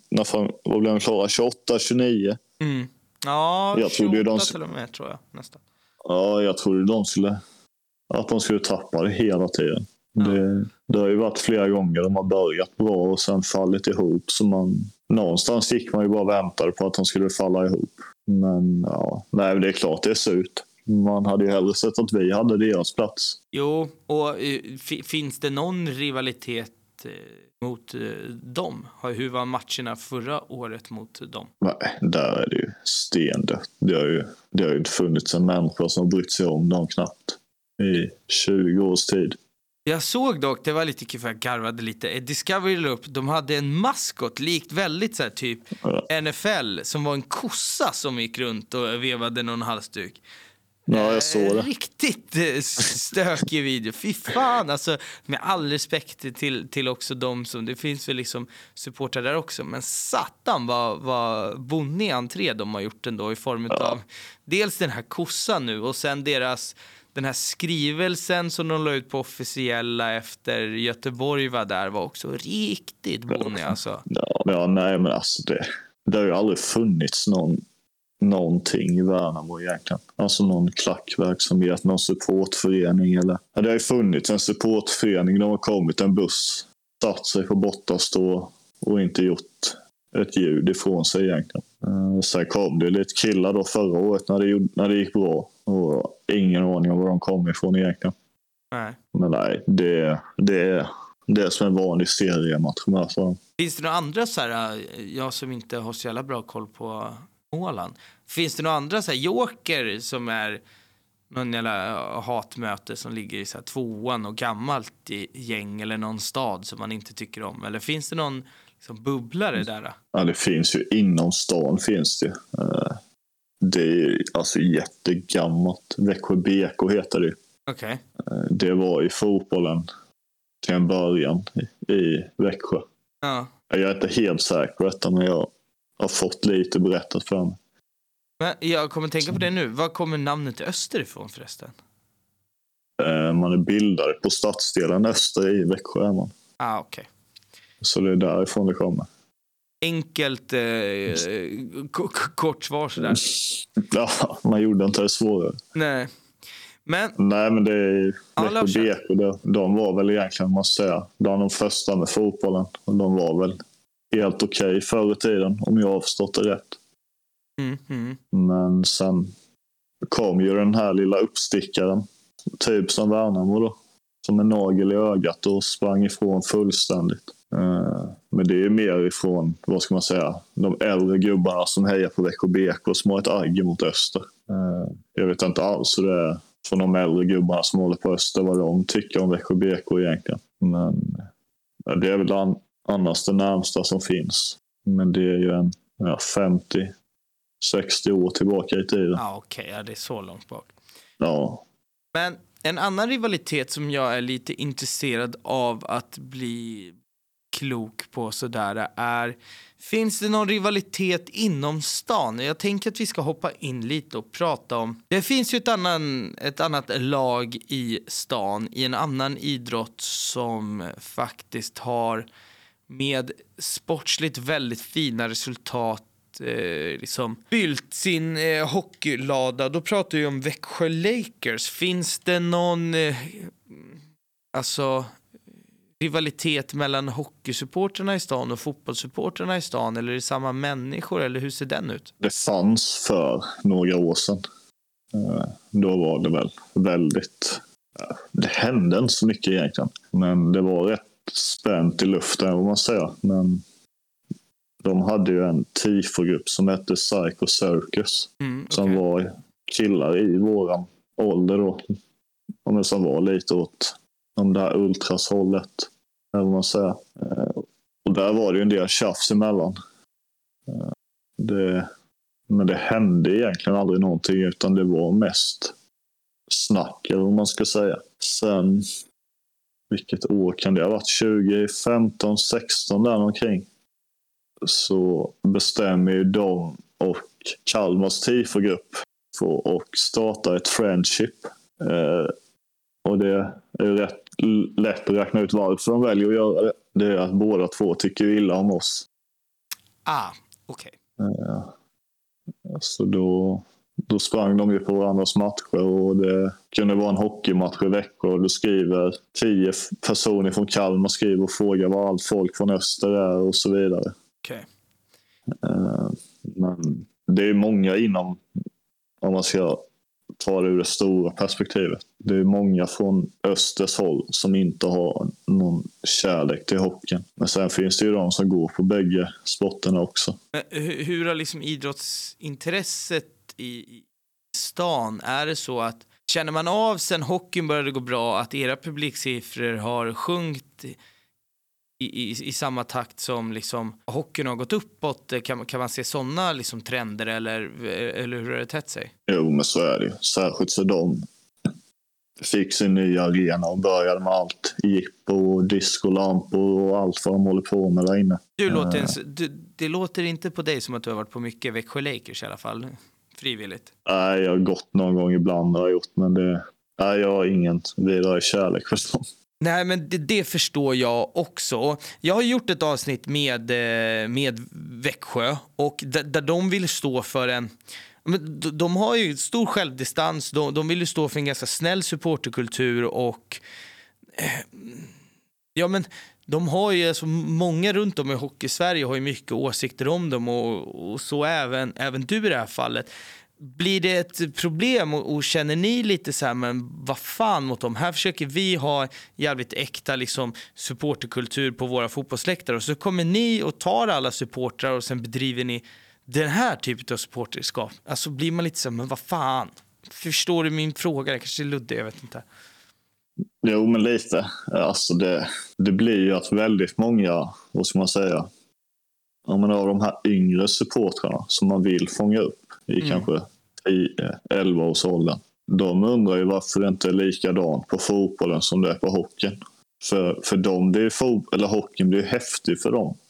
vad blev de klara? 28-29. Ja, jag 28 till och med tror jag nästan. Ja, jag trodde att de skulle tappa det hela tiden. Ja. Det har ju varit flera gånger de har börjat bra och sen fallit ihop. Så någonstans gick man ju bara väntade på att de skulle falla ihop. Men ja, nej, det är klart det är surt. Man hade ju hellre sett att vi hade deras plats. Jo, och finns det någon rivalitet mot dem? Hur var matcherna förra året mot dem? Nej, där är det ju stendött. Det har ju inte funnits en människa som brytt sig om dem knappt i 20 års tid. Jag såg dock, det var lite kul för jag garvade lite. Discovery la upp, de hade en maskot likt väldigt så här typ NFL som var en kossa som gick runt och vevade någon halsduk. Ja, jag såg det. Riktigt stökig video. Fy fan, alltså med all respekt till också de som, det finns väl liksom supportrar där också, men satan vad bonnig entré de har gjort ändå i form av dels den här kossan nu och sen den här skrivelsen som de la ut på officiella efter Göteborg var också riktigt bonnig alltså. Ja, nej men alltså det har ju aldrig funnits någonting i Värnamo egentligen. Alltså någon klackverksamhet, någon supportförening eller... Ja, det har ju funnits en supportförening. De har kommit en buss, satt sig på bortastå och inte gjort ett ljud ifrån sig egentligen. Sen kom det lite killar då förra året när det gick bra. Och ingen aning om var de kom ifrån egentligen. Nej. Men nej, det är som en vanlig seriematch med för dem. Finns det några andra så här, jag som inte har så jävla bra koll på Åland. Finns det några andra så här joker som är någon jävla hatmöte som ligger i så här 2:an och gammalt i gäng eller någon stad som man inte tycker om? Eller finns det någon liksom bubblare där? Ja, det finns ju inom stan finns det. Det är alltså jättegammalt. Växjö BK heter det. Okej. Det var i fotbollen till en början i Växjö. Ja. Jag är inte helt säker på detta, men jag har fått lite berättat för mig. Men jag kommer tänka på det nu. Var kommer namnet Öster ifrån förresten? Man är bildad på stadsdelen Öster i Växjö är man. Okej. Så det är därifrån det kommer. Enkelt kort svar sådär. Ja, man gjorde inte det svårare. Nej, men det är Växjö BK. De var väl egentligen, måste säga, de första med fotbollen. Och de var väl helt okej förr i tiden, om jag har förstått det rätt. Men sen kom ju den här lilla uppstickaren, typ som Värnamo då, som en nagel i ögat och sprang ifrån fullständigt. Men det är mer ifrån, vad ska man säga, de äldre gubbarna som hejar på Växjö BK som har ett agg mot Öster. Jag vet inte alls hur det är från de äldre gubbarna som håller på Öster vad de tycker om Växjö BK egentligen. Men det är väl annars det närmsta som finns. Men det är ju 50-60 år tillbaka i tiden. Okej, det är så långt bak. Ja. Men en annan rivalitet som jag är lite intresserad av att bli klok på sådär är, finns det någon rivalitet inom stan? Jag tänker att vi ska hoppa in lite och prata om, det finns ju ett annat lag i stan i en annan idrott som faktiskt har med sportsligt väldigt fina resultat liksom fyllt sin hockeylada. Då pratar vi om Växjö Lakers. Finns det någon rivalitet mellan hockeysupporterna i stan och fotbollssupporterna i stan, eller är det samma människor, eller hur ser den ut? Det fanns för några år sedan. Då var det väl väldigt... Det hände inte så mycket egentligen, men det var rätt spänt i luften, vad man säger. Men de hade ju en tifogrupp som hette Psycho Circus, som var killar i våran ålder då, men som var lite åt om det här ultrashållet, eller vad man säger. Och där var det ju en del tjafs emellan. Men det hände egentligen aldrig någonting, utan det var mest snack, eller vad man ska säga. Sen, vilket år kan det ha varit? 2015, 16 där omkring. Så bestämmer ju de och Kalmars tifogrupp för att starta ett friendship. Och det är rätt lätt att räkna ut varför de väljer att göra det. Det är att båda två tycker illa om oss. Okej. Så då sprang de ju på varandras matcher, och det kunde vara en hockeymatch i Växjö och då skriver 10 personer från Kalmar skriver och frågar vad allt folk från Öster är och så vidare. Okej. Men det är många inom, om man ska ta det ur det stora perspektivet, det är många från Östers håll som inte har någon kärlek till hockeyn. Men sen finns det ju de som går på bägge sporterna också. Men hur har liksom idrottsintresset i stan, är det så att känner man av sen hockeyn började gå bra att era publiksiffror har sjunkit i samma takt som liksom hockeyn har gått uppåt? Kan man se sådana liksom trender, eller hur har det tätt sig? Jo, men så är det. Särskilt så de fick sin nya arena och började med allt. Jippo, discolampor och allt vad de håller på med där inne. Det låter inte på dig som att du har varit på mycket Växjö Lakers i alla fall, frivilligt. Nej, jag har gått någon gång ibland har jag gjort, men jag har ingen vidare kärlek för dem. Nej, men det förstår jag också. Jag har gjort ett avsnitt med Växjö, och där de vill stå för en... De har ju stor självdistans, de vill ju stå för en ganska snäll supporterkultur, och ja, men de har ju, alltså, många runt om i Hockey-Sverige har ju mycket åsikter om dem, och så även du i det här fallet. Blir det ett problem och känner ni lite så här, men vad fan mot dem? Här försöker vi ha jävligt äkta liksom supporterkultur på våra fotbollsläktare, och så kommer ni och tar alla supportrar och sen bedriver ni den här typen av supporterskap. Alltså blir man lite så här, men vad fan? Förstår du min fråga? Det kanske är luddig, jag vet inte. Jo, men lite. Alltså det blir ju att väldigt många, vad ska man säga, av de här yngre supportrarna som man vill fånga upp i kanske 11 års åldern. De undrar ju varför det inte är likadant på fotbollen som det är på hockeyn. För dem blir hockeyn blir häftig för dem.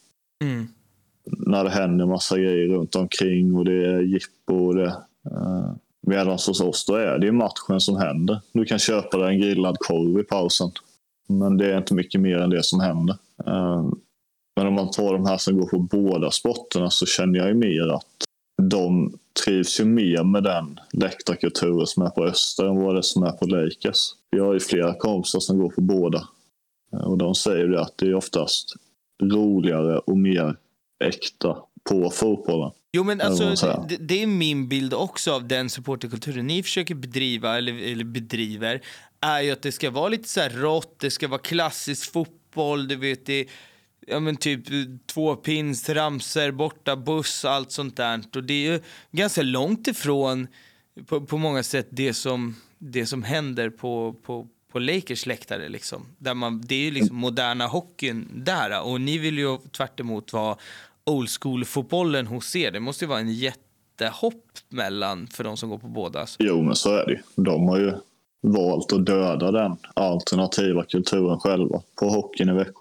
När det händer massa grejer runt omkring och det är jippo och det. Medan hos oss då är det matchen som händer. Du kan köpa dig en grillad korv i pausen. Men det är inte mycket mer än det som händer. Men om man tar de här som går på båda sporterna, så känner jag ju mer att de trivs ju mer med den läktarkulturen som är på Öster än vad det som är på Lakers. Jag har ju flera kompisar som går på båda. Och de säger ju att det är oftast roligare och mer äkta på fotbollen. Jo, men alltså, det är min bild också av den supporterkulturen ni försöker bedriva eller bedriver, är ju att det ska vara lite så här rått, det ska vara klassisk fotboll, du vet, det, ja men typ 2 pins, ramser, borta buss, allt sånt där. Och det är ju ganska långt ifrån på många sätt det som händer på Lakers läktare liksom. Det är ju liksom moderna hockeyn där, och ni vill ju tvärt emot vara old school-fotbollen hos er. Det måste ju vara en jättehopp mellan för de som går på båda. Jo, men så är det. De har ju valt att döda den alternativa kulturen själva på hockeyn i Växjö.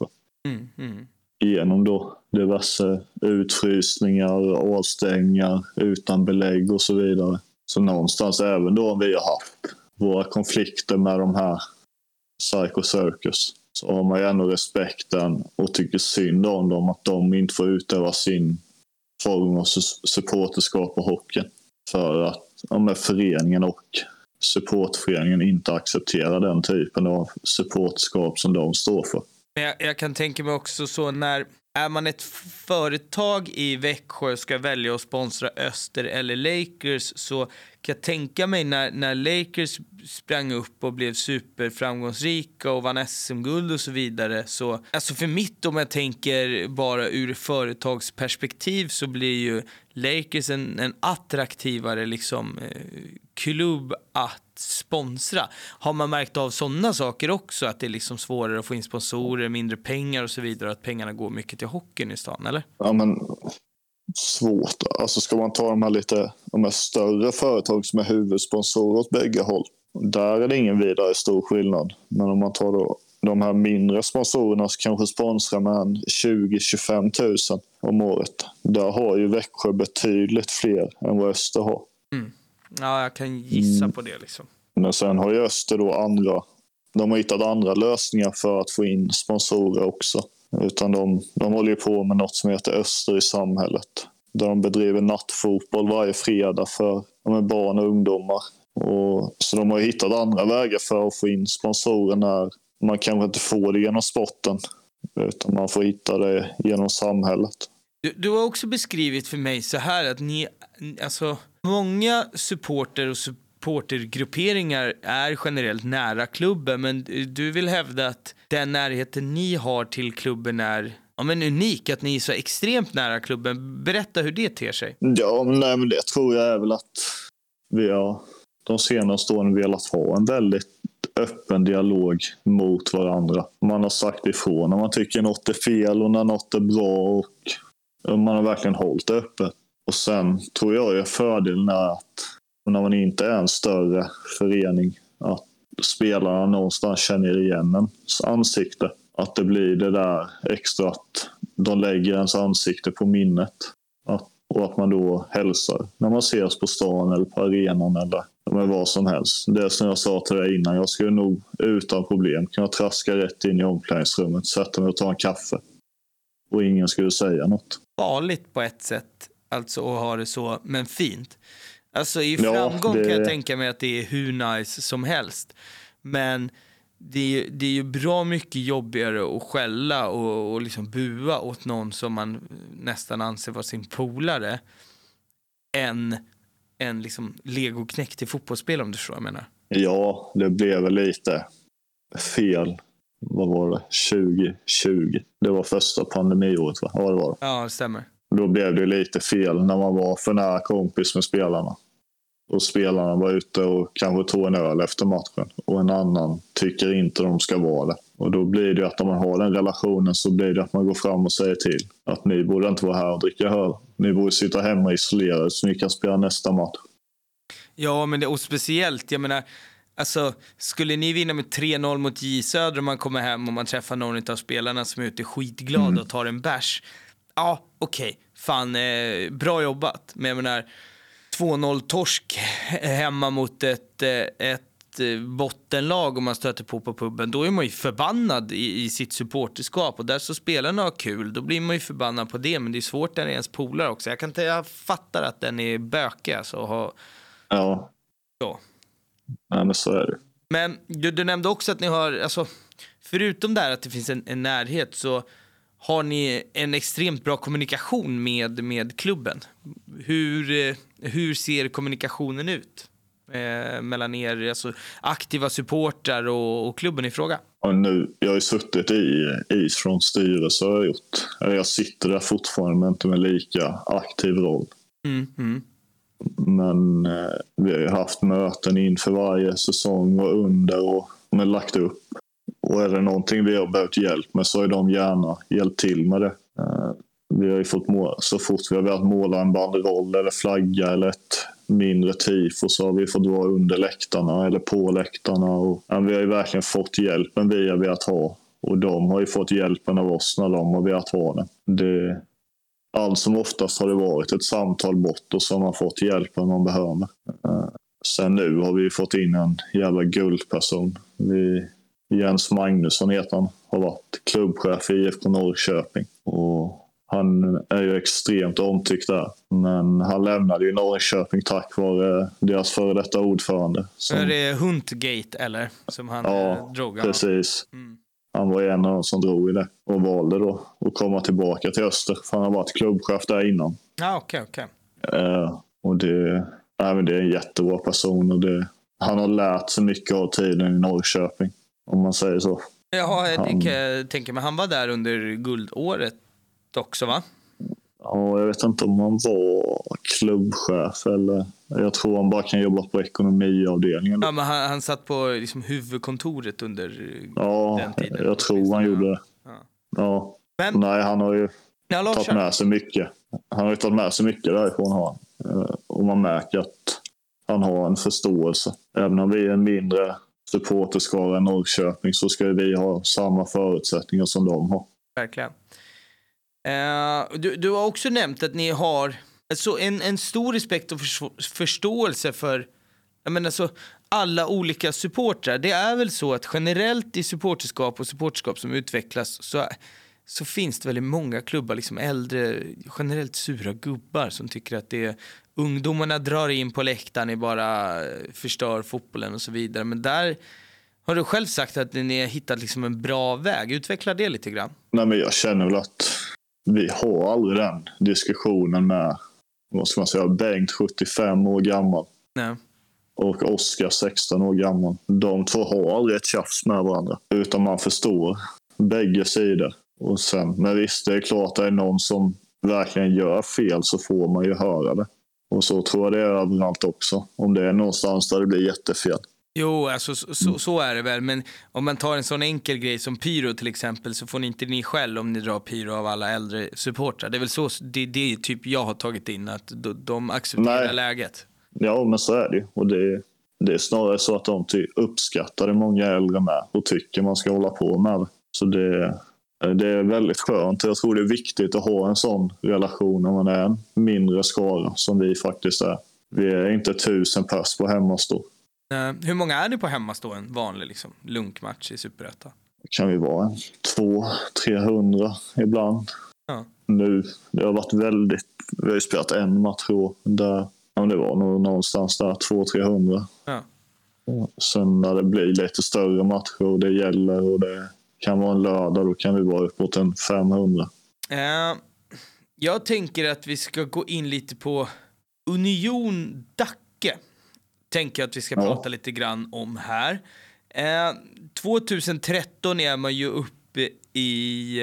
Genom då diverse utfrysningar, avstängningar utan belägg och så vidare. Så någonstans, även då vi har haft våra konflikter med de här Psycho Circus, så har man ju ändå respekten och tycker synd om dem, att de inte får utöva sin form av supporterskap på hockeyn. För att föreningen och supportföreningen inte accepterar den typen av supporterskap som de står för. Jag kan tänka mig också så, när är man ett företag i Växjö ska välja att sponsra Öster eller Lakers, så kan jag tänka mig när Lakers sprang upp och blev superframgångsrika och vann SM-guld och så vidare, så alltså för mitt, om jag tänker bara ur företagsperspektiv, så blir ju Lakers en attraktivare liksom klubb att sponsra. Har man märkt av sådana saker också, att det är liksom svårare att få in sponsorer, mindre pengar och så vidare, att pengarna går mycket till hockeyn i stan, eller? Ja, men svårt. Alltså ska man ta de här större företag som är huvudsponsorer åt bägge håll, Där är det ingen vidare stor skillnad. Men om man tar då de här mindre sponsorerna som kanske sponsrar med 20-25 000 om året. Där har ju Växjö betydligt fler än vad Öster har. Ja, jag kan gissa på det liksom. Men sen har ju Öster då de har hittat andra lösningar för att få in sponsorer också. Utan de håller ju på med något som heter Öster i samhället. Där de bedriver nattfotboll varje fredag för barn och ungdomar. Så de har hittat andra vägar för att få in sponsorer när man kanske inte får det genom sporten. Utan man får hitta det genom samhället. Du har också beskrivit för mig så här att många supporter och supportergrupperingar är generellt nära klubben, men du vill hävda att den närheten ni har till klubben är unik, att ni är så extremt nära klubben. Berätta hur det ter sig. Ja, men det tror jag är väl att vi har de senaste åren velat ha en väldigt öppen dialog mot varandra. Man har sagt ifrån när man tycker något är fel och när något är bra, och man har verkligen hållit det öppet. Och sen tror jag att fördelen är att när man inte är en större förening, att spelarna någonstans känner igen ens ansikte. Att det blir det där extra att de lägger ens ansikte på minnet. Och att man då hälsar när man ses på stan eller på arenan eller vad som helst. Det som jag sa till dig innan, jag skulle nog utan problem kunna traska rätt in i omklädningsrummet, sätta mig och ta en kaffe. Och ingen skulle säga något. Farligt på ett sätt, alltså att ha det så, men fint. Alltså i framgång kan jag tänka mig att det är hur nice som helst. Men det är ju bra mycket jobbigare att skälla och liksom bua åt någon som man nästan anser vara sin polare än en liksom legoknäck till fotbollsspel, om du förstår vad jag menar. Ja, det blev väl lite fel. Vad var det? 2020. Det var första pandemiåret, va? Ja, det var det. Ja, det stämmer. Då blev det lite fel när man var för nära kompis med spelarna. Och spelarna var ute och kanske tog en öl efter matchen. Och en annan tycker inte de ska vara det. Och då blir det att om man har den relationen så blir det att man går fram och säger till att ni borde inte vara här och dricka öl. Ni borde sitta hemma isolerade så ni kan spela nästa match. Ja, men och speciellt, jag menar, alltså, skulle ni vinna med 3-0 mot J Söder och man kommer hem och man träffar någon av spelarna som är ute skitglada och tar en bärs. Ja, okej. Fan, bra jobbat. Men jag menar, 2-0 torsk hemma mot ett bottenlag och man stöter på pubben, då är man ju förbannad i sitt supporterskap, och där så spelarna har kul, då blir man ju förbannad på det, men det är svårt när det är ens polare också. Jag fattar att den är bökig alltså. Ja. Ja, men så är det. Men du nämnde också att ni har, alltså, förutom där att det finns en närhet, så har ni en extremt bra kommunikation med klubben. Hur ser kommunikationen ut mellan er, alltså aktiva supportrar och klubben i fråga? Ja, jag har ju suttit i Isfront styrelse, har jag gjort. Jag sitter där fortfarande, men inte med lika aktiv roll. Men vi har ju haft möten inför varje säsong och under och lagt upp. Och är det någonting vi har behövt hjälp med så är de gärna hjälpt till med det. Vi har ju fått så fort vi har velat måla en banderoll eller flagga eller ett mindre tifo, så har vi fått vara under läktarna eller på läktarna. Och, vi har ju verkligen fått hjälpen vi har velat ha. Och de har ju fått hjälpen av oss när de har velat ha den. Allt som oftast har det varit ett samtal bort och så har man fått hjälpen man behöver. Sen nu har vi fått in en jävla guldperson. Jens Magnusson heter han, har varit klubbchef i IFK Norrköping. Och han är ju extremt omtyckt där. Men han lämnade ju Norrköping tack vare deras före detta ordförande. Är det Huntgate eller? Som han drog? Ja, precis. Han var en av de som drog i det och valde då att komma tillbaka till Öster. För han har varit klubbchef där innan. Ja, okej. Och det är en jättebra person. Och han har lärt sig mycket av tiden i Norrköping, om man säger så. Ja, jag tänker, men han var där under guldåret också, va? Ja, jag vet inte om han var klubbchef eller... Jag tror han bara kan jobba på ekonomiavdelningen. Ja, men han satt på liksom huvudkontoret under den tiden. Ja, jag tror han gjorde det. Ja. Men, nej, han har ju tagit med sig mycket. Han har ju tagit med sig mycket därifrån. Och man märker att han har en förståelse. Även om vi är en mindre supporterskara i Norrköping så ska vi ha samma förutsättningar som de har. Verkligen. Du har också nämnt att ni har alltså en stor respekt och förståelse för alla olika supportrar. Det är väl så att generellt i supporterskap som utvecklas så finns det väldigt många klubbar, liksom äldre, generellt sura gubbar som tycker att det är ungdomarna drar in på läktaren och bara förstör fotbollen och så vidare. Men där har du själv sagt att ni har hittat liksom en bra väg. Utveckla det lite grann. Nej, men jag känner väl att vi har aldrig den diskussionen med, vad ska man säga, Bengt 75 år gammal. Nej. Och Oskar 16 år gammal. De två har aldrig ett tjafs med varandra. Utan man förstår bägge sidor. Och sen, men visst, det är klart att det är någon som verkligen gör fel så får man ju höra det. Och så tror jag det är överallt också. Om det är någonstans där det blir jättefel. Jo, alltså så är det väl. Men om man tar en sån enkel grej som pyro till exempel så får inte ni själv om ni drar pyro av alla äldre supportrar. Det är väl så, det är typ jag har tagit in att de accepterar läget. Ja, men så är det. Och det är snarare så att de uppskattar det många äldre med och tycker man ska hålla på med det. Så det är väldigt skönt. Jag tror det är viktigt att ha en sån relation när man är en mindre skara som vi faktiskt är. Vi är inte 1000 pers på hemmastå. Hur många är ni på hemmastå en vanlig liksom, lunkmatch i Superettan? Kan vi vara 200-300 ibland. Ja. Nu, det har varit väldigt... Vi har ju spelat en match där, det var nog någonstans där 200-300. Ja. Sen när det blir lite större matcher och det gäller och det kan vara en lördag, då kan vi vara uppåt en 500. Jag tänker att vi ska gå in lite på Union Dacke. Tänker att vi ska prata lite grann om här. 2013 är man ju uppe i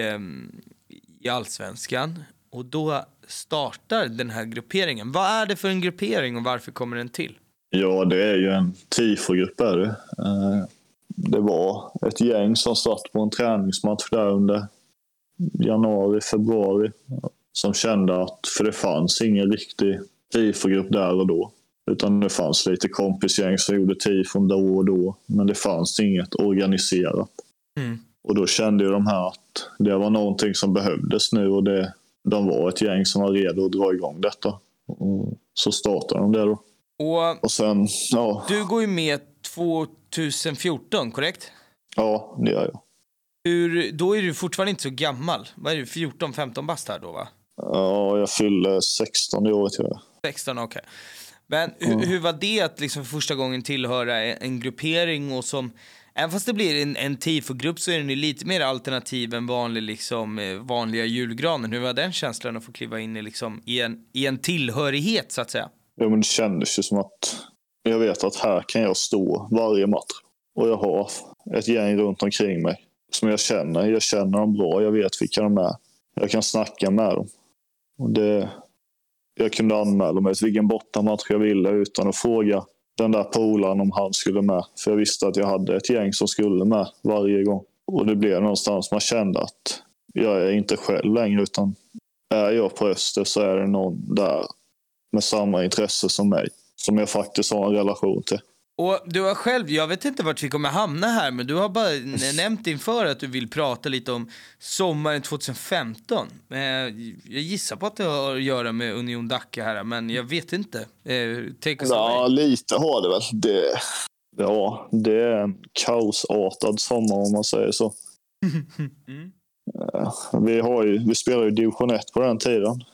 Allsvenskan och då startar den här grupperingen. Vad är det för en gruppering och varför kommer den till? Ja, det är ju en tifogrupp är det. Det var ett gäng som satt på en träningsmatch där under januari, februari som kände att, för det fanns ingen riktig tifogrupp där och då. Utan det fanns lite kompisgäng som gjorde tifon då och då. Men det fanns inget organiserat. Mm. Och då kände ju de här att det var någonting som behövdes nu. Och de var ett gäng som var redo att dra igång detta. Och så startade de det då. Och sen, ja. Du går ju med 2014, korrekt? Ja, det gör jag. Då är du fortfarande inte så gammal. Vad är du, 14-15 bast här då, va? Ja, jag fyller 16 i år, tror jag. 16, okej. Okay. Men hur var det att liksom för första gången tillhöra en gruppering och som, även fast det blir en tifogrupp så är den ju lite mer alternativ än vanliga julgranen. Hur var den känslan att få kliva in i en tillhörighet så att säga? Ja, men det kändes ju som att jag vet att här kan jag stå varje match och jag har ett gäng runt omkring mig som jag känner dem bra, jag vet vilka de är. Jag kan snacka med dem. Och jag kunde anmäla mig till vilken bortamatch jag ville utan att fråga den där polaren om han skulle med. För jag visste att jag hade ett gäng som skulle med varje gång. Och det blev någonstans man kände att jag är inte själv längre, utan är jag på Öster så är det någon där med samma intresse som mig. Som jag faktiskt har en relation till. Och du har själv, jag vet inte vart vi kommer hamna här, men du har bara nämnt inför att du vill prata lite om sommaren 2015. Jag gissar på att det har att göra med Union Dacke här, men jag vet inte. Ja, lite har det väl. Det är en kaosartad sommar om man säger så. Mm. Vi spelar ju division 1 på den tiden.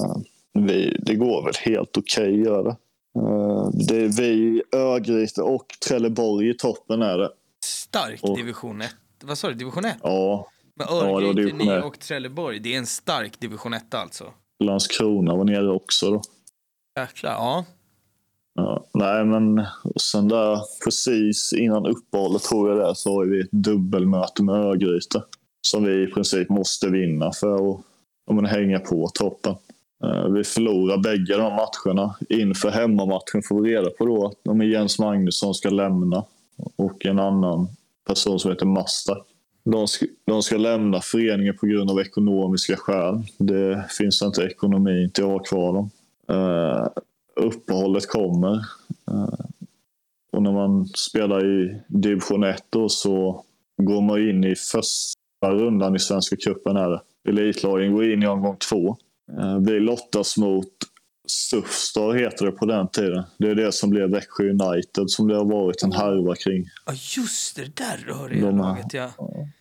Det går väl helt okej gör det. Det är vi, Örgryte och Trelleborg i toppen är det. Stark division 1. Vad sa du, division 1? Ja. Men Örgryte, ni och Trelleborg, det är en stark division 1 alltså. Landskrona var nere också då. Jäklar, ja. Nej, men sen där precis innan uppehållet tror jag det, så har vi ett dubbelmöte med Örgryte som vi i princip måste vinna för att hänga på toppen. Vi förlorar bägge de matcherna. Inför hemmamatchen får vi reda på då att Jens Magnusson ska lämna och en annan person som heter Mastak. De ska lämna föreningen på grund av ekonomiska skäl. Det finns inte ekonomi till att ha kvar dem. Uppehållet kommer. Och när man spelar i division 1 då, så går man in i första rundan i Svenska cupen här. Elitlagen går in i omgång 2. Vi lottas mot Sufstar heter det på den tiden. Det är det som blev Växjö United som det har varit en härva kring. Ja, just det. Där rör det laget, ja.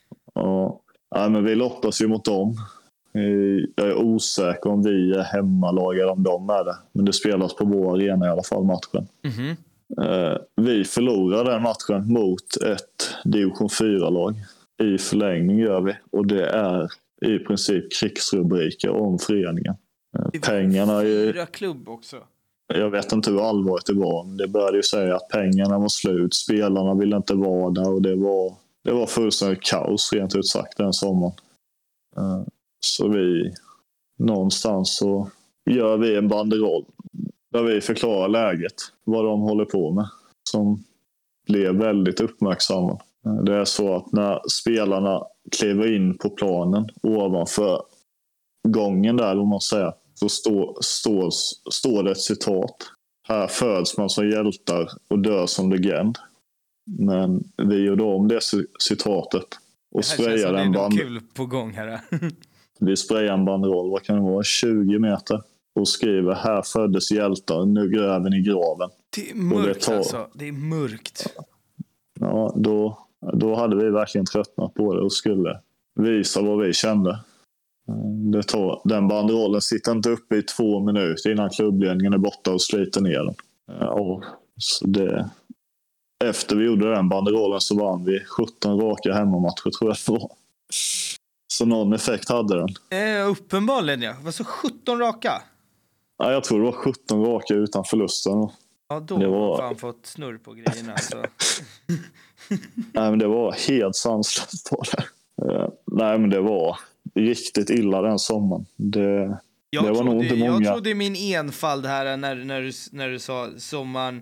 Ja, men vi lottas ju mot dem. Jag är osäker om vi är hemmalag eller om de är det. Men det spelas på vår arena i alla fall, matchen. Mm-hmm. Vi förlorar den matchen mot ett division 4-lag. I förlängning gör vi. Och det är i princip krigsrubriker om föreningen. Pengarna är ju... 4 klubb också. Jag vet inte hur allvarligt det var. Men det började ju säga att pengarna var slut. Spelarna ville inte vara där. Och det var fullständigt kaos rent ut sagt den sommaren. Så vi någonstans så gör vi en banderoll där vi förklarar läget, vad de håller på med, som blev väldigt uppmärksamma. Det är så att när spelarna kliver in på planen ovanför gången där, om man säger, så står det ett citat. Här föds man som hjältar och dör som legend. Men vi gjorde om det citatet och sprayade en band. Kul på gång här. Vi sprayar en banderoll, vad kan det vara, 20 meter. Och skriver, här föddes hjältar, nu gräver ni graven. Det är mörkt alltså, det är mörkt. Ja, då hade vi verkligen tröttnat på det och skulle visa vad vi kände. Den banderollen sitter inte uppe i 2 minuter innan klubbledningen är borta och sliter ner den. Ja, så efter vi gjorde den banderollen så vann vi 17 raka hemmamatcher, tror jag det var. Så någon effekt hade den. Uppenbarligen, ja. Vad så 17 raka? Ja, jag tror det var 17 raka utan förlusten. Ja, då har fan fått snurr på grejerna. Alltså. Nej, men det var helt sanslöst på det. Nej, men det var riktigt illa den sommaren. Det var nog inte många. Jag trodde min enfald här när du sa sommaren...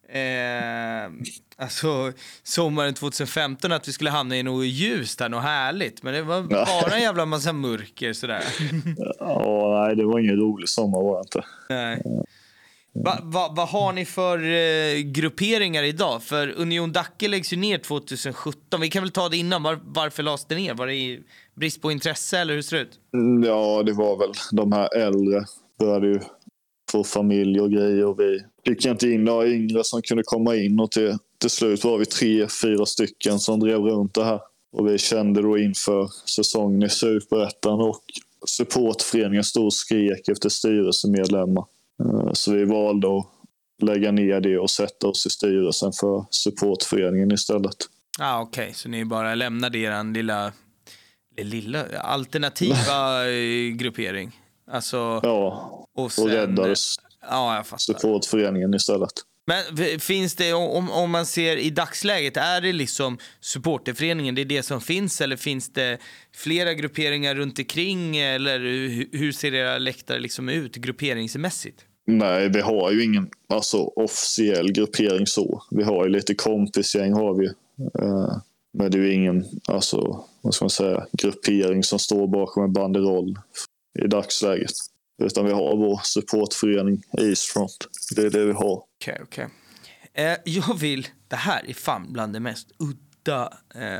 alltså sommaren 2015 att vi skulle hamna i något ljust där, något härligt, men det var bara en jävla massa mörker sådär. Ja, nej, det var ingen rolig sommar, var det inte. Nej. Vad har ni för grupperingar idag? För Union Dacke läggs ju ner 2017. Vi kan väl ta det innan. Varför lades det ner? Var det brist på intresse eller hur ser det ut? Ja, det var väl de här äldre började ju få familj och grejer, och vi fick inte in några yngre som kunde komma in, och till slut var vi 3-4 stycken som drev runt det här. Och vi kände då inför säsongen i Superettan och supportföreningen stod och skrek efter styrelsemedlemmar. Så vi valde att lägga ner det och sätta oss i styrelsen för supportföreningen istället. Okej. Så ni bara lämnade er lilla alternativa gruppering? Alltså, ja, och räddades supportföreningen istället. Men finns det, om man ser i dagsläget, är det liksom supporterföreningen, det är det som finns, eller finns det flera grupperingar runt omkring, eller hur ser era läktare liksom ut grupperingsmässigt? Nej, vi har ju ingen officiell gruppering så. Vi har ju lite kompisgäng har vi. Men det är ju ingen vad ska man säga, gruppering som står bakom en banderoll i dagsläget. Utan vi har vår supportförening Eastfront. Det är det vi har. Okej. Jag vill... Det här är fan bland det mest udda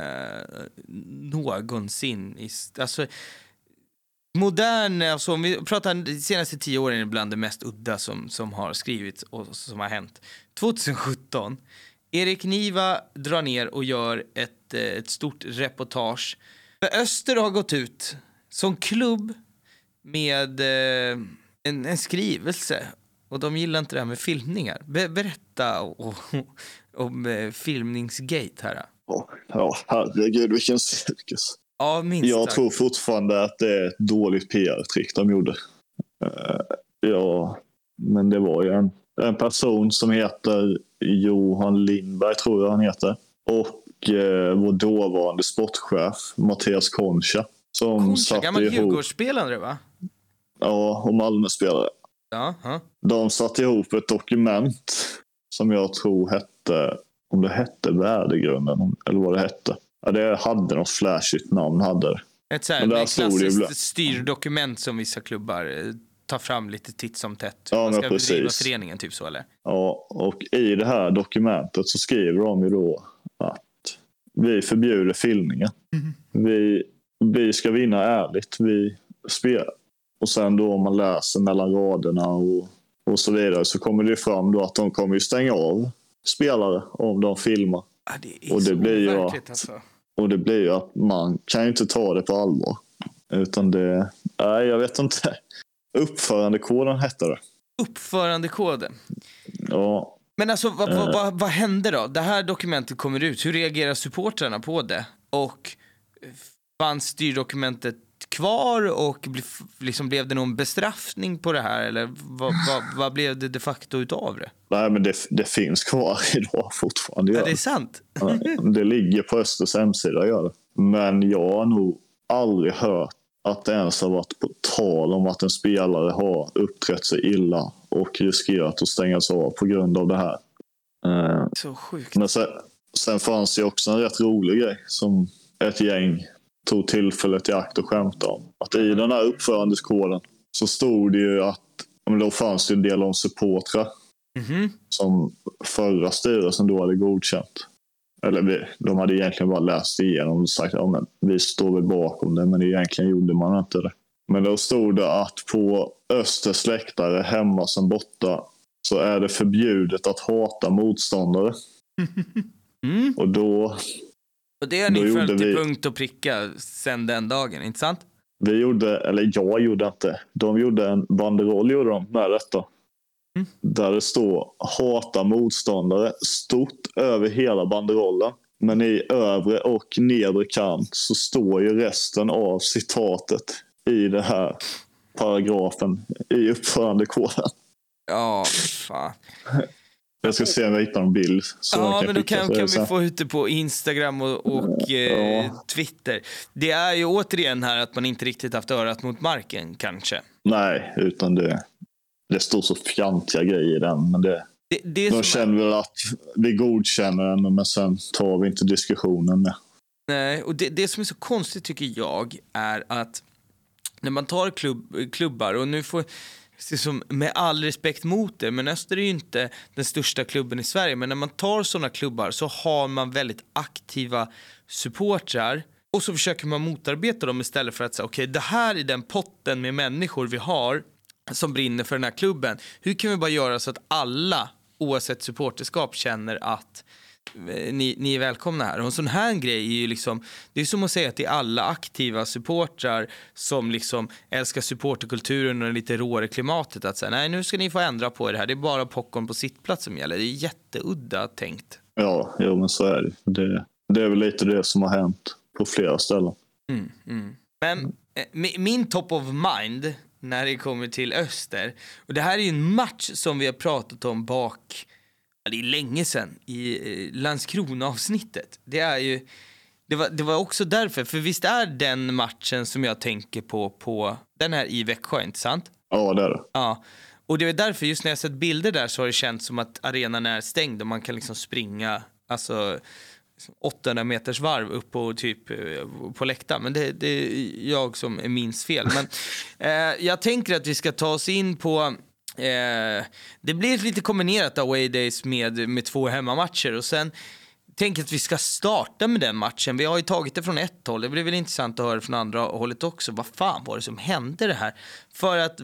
någonsin. Alltså, modern... Alltså, om vi pratar de senaste 10 åren är det bland det mest udda som har skrivits och som har hänt. 2017. Erik Niva drar ner och gör ett stort reportage. För Öster har gått ut som klubb med en skrivelse, och de gillar inte det här med filmningar. Berätta om filmningsgate här. Ja, herregud, vilken cirkus. Ja, minst. Jag tror fortfarande att det är ett dåligt PR-trick de gjorde. Ja, men det var ju en person som heter Johan Lindberg, tror jag han heter. Och vår dåvarande sportchef Mattias Concha. Som satte gammal ihop... Djurgårdsspelare, va? Ja, och Malmö-spelare. Ja. De satte ihop ett dokument som jag tror hette, om det hette Värdegrunden eller vad det hette. Ja, det hade något flashigt namn, hade det. Ett så här klassiskt styrdokument som vissa klubbar ta fram lite titt som tätt. Ja, Man ska men bedriva precis. föreningen typ så, eller? Ja, och i det här dokumentet så skriver de ju då att vi förbjuder filmningen. Vi ska vinna ärligt. Vi spelar. Och sen då om man läser mellan raderna och så vidare så kommer det fram då att de kommer ju stänga av spelare om de filmar. Ja, det är Och det så blir ju overkligt, alltså. Och det blir ju att man kan ju inte ta det på allvar. Utan det... Nej, jag vet inte. Uppförandekoden hette det. Uppförandekoden. Ja. Men alltså, vad hände då? Det här dokumentet kommer ut. Hur reagerar supportrarna på det? Och fanns styrdokumentet kvar? Och blev det någon bestraffning på det här? Eller vad blev det de facto utav det? Nej, men det finns kvar idag fortfarande. Ja, det är sant. Det ligger på Östers hemsida, gör det. Men jag har nog aldrig hört att det ens har varit på tal om att en spelare har uppträtt sig illa och riskerat att stängas av på grund av det här. Så sjukt. Men sen fanns det också en rätt rolig grej som ett gäng tog tillfället i akt och skämtade om. Att i den här uppförandekoden så stod det ju att då fanns det en del om supportrar som förra styrelsen då hade godkänt. Eller de hade egentligen bara läst igenom och sagt att vi står väl bakom det, men egentligen gjorde man inte det. Men då stod det att på Östers läktare, hemma som borta, så är det förbjudet att hata motståndare. Och då... Och det har ni följt till punkt och pricka sen den dagen, inte sant? Jag gjorde inte. De gjorde en banderoll med detta. Där det står hata motståndare stort över hela banderollen. Men i övre och nedre kant så står ju resten av citatet i det här paragrafen i uppförandekoden. Ja, fan. Jag ska se om jag hittar en bild. Ja, men då kan vi få ut det på Instagram och Twitter. Det är ju återigen här att man inte riktigt haft örat mot marken, kanske. Nej, utan det står så fjantiga grejer i den. Men de känner väl att vi godkänner den, men sen tar vi inte diskussionen med. Nej, och det som är så konstigt tycker jag är att när man tar klubbar, och nu får... Som med all respekt mot det, men Öster är ju inte den största klubben i Sverige, men när man tar sådana klubbar så har man väldigt aktiva supportrar och så försöker man motarbeta dem istället för att säga okej, det här är den potten med människor vi har som brinner för den här klubben. Hur kan vi bara göra så att alla, oavsett supporterskap, känner att ni är välkomna här. Och en sån här grej är ju liksom, det är som att säga att det är alla aktiva supportrar som liksom älskar supporterkulturen och det lite råare klimatet att säga, nej, nu ska ni få ändra på det här. Det är bara popcorn på sittplats som gäller. Det är jätteudda tänkt. Ja, men så är det. Det är väl lite det som har hänt på flera ställen. Men min top of mind när det kommer till Öster, och det här är ju en match som vi har pratat om det är länge sedan i Landskrona-avsnittet. Det var också därför, för visst är den matchen som jag tänker på den här i Växjö, inte sant? Ja, det är det. Ja, och det är därför just när jag sett bilder där så har det känts som att arenan är stängd och man kan liksom springa 800 meters varv upp på typ på läktaren. Men det är jag som minns fel. Men jag tänker att vi ska ta oss in på... det blir lite kombinerat away days med 2 hemmamatcher, och sen tänker att vi ska starta med den matchen. Vi har ju tagit det från ett håll. Det blir väl intressant att höra från andra hållet också. Vad fan var det som hände det här? För att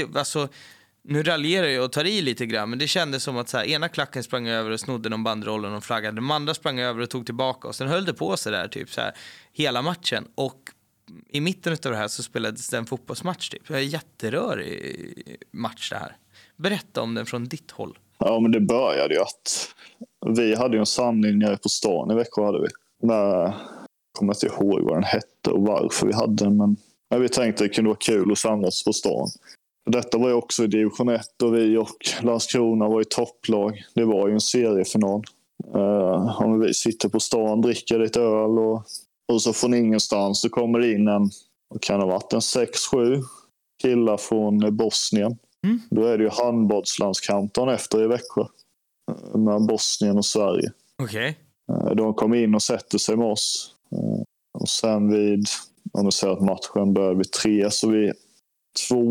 nu raljerar jag och tar i lite grann, men det kändes som att så här, ena klacken sprang över och snodde någon banderollen och flaggade. De andra sprang över och tog tillbaka, och sen höll det på sig där typ så här hela matchen. Och i mitten av det här så spelades det en fotbollsmatch typ. Det är en jätterörig match det här. Berätta om den från ditt håll. Ja, men det började ju att vi hade en samling nere på stan i Växjö hade vi. Jag kommer inte ihåg vad den hette och varför vi hade den, men vi tänkte att det kunde vara kul att samlas på stan. Detta var ju också i division 1 och vi och Landskrona var i topplag. Det var ju en seriefinal. Om vi sitter på stan, dricker lite öl och så från ingenstans så kommer det in kan ha varit en 6-7 killar från Bosnien. Då är det ju handbollslandskampen efter i Växjö med Bosnien och Sverige. Okej. De kommer in och sätter sig med oss. Och sen om du säger att matchen börjar vid 3 så vid 2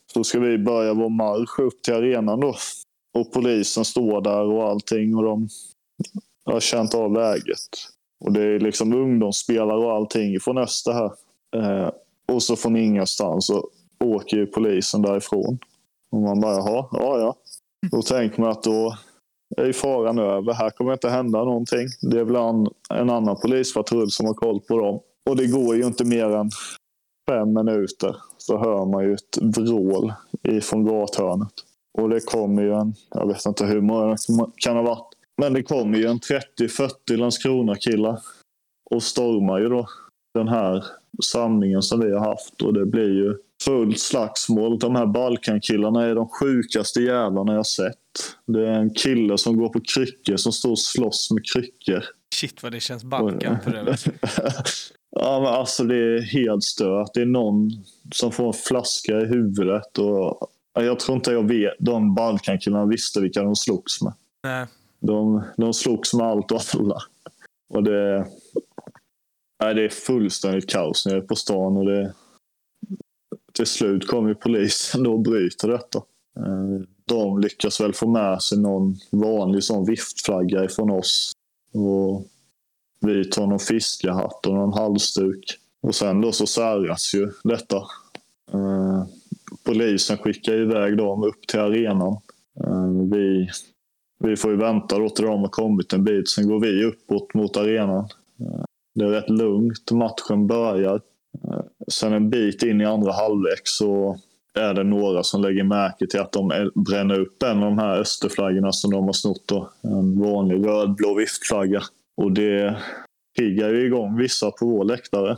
Så ska vi börja vår marsch upp till arenan då. Och polisen står där och allting. Och de har känt av läget. Och det är liksom ungdomsspelare och allting från öster här. Och så från ingenstans så åker ju polisen därifrån. Och man bara, ja. Då tänker man att då är ju faran över. Här kommer inte hända någonting. Det är väl en annan polispatrull som har koll på dem. Och det går ju inte mer än 5 minuter så hör man ju ett vrål ifrån gathörnet. Och det kommer ju jag vet inte hur många kan ha varit. Men det kommer ju en 30-40 Landskrona-killar och stormar ju då den här samlingen som vi har haft. Och det blir ju fullt slagsmål. De här Balkankillarna är de sjukaste jävlarna jag sett. Det är en kille som går på kryckor som står och slåss med kryckor. Shit vad det känns Balkan för det. Ja, men alltså det är helt stört. Det är någon som får en flaska i huvudet. Och jag tror inte de Balkankillarna visste vilka de slogs med. Nej. De slogs med allt och alla. Och det är fullständigt kaos nere på stan. Och till slut kommer polisen då och bryter detta. De lyckas väl få med sig någon vanlig sån viftflagga ifrån oss. Och vi tar någon fiskehatt och någon halsduk. Och sen då så säras ju detta. Polisen skickar iväg dem upp till arenan. Vi får ju vänta då till de har kommit en bit. Sen går vi uppåt mot arenan. Det är rätt lugnt. Matchen börjar. Sen en bit in i andra halvlek så är det några som lägger märke till att de bränner upp en av de här österflaggorna som de har snott då. En vanlig rödblå viftflagga. Och det piggar ju igång vissa på vår läktare.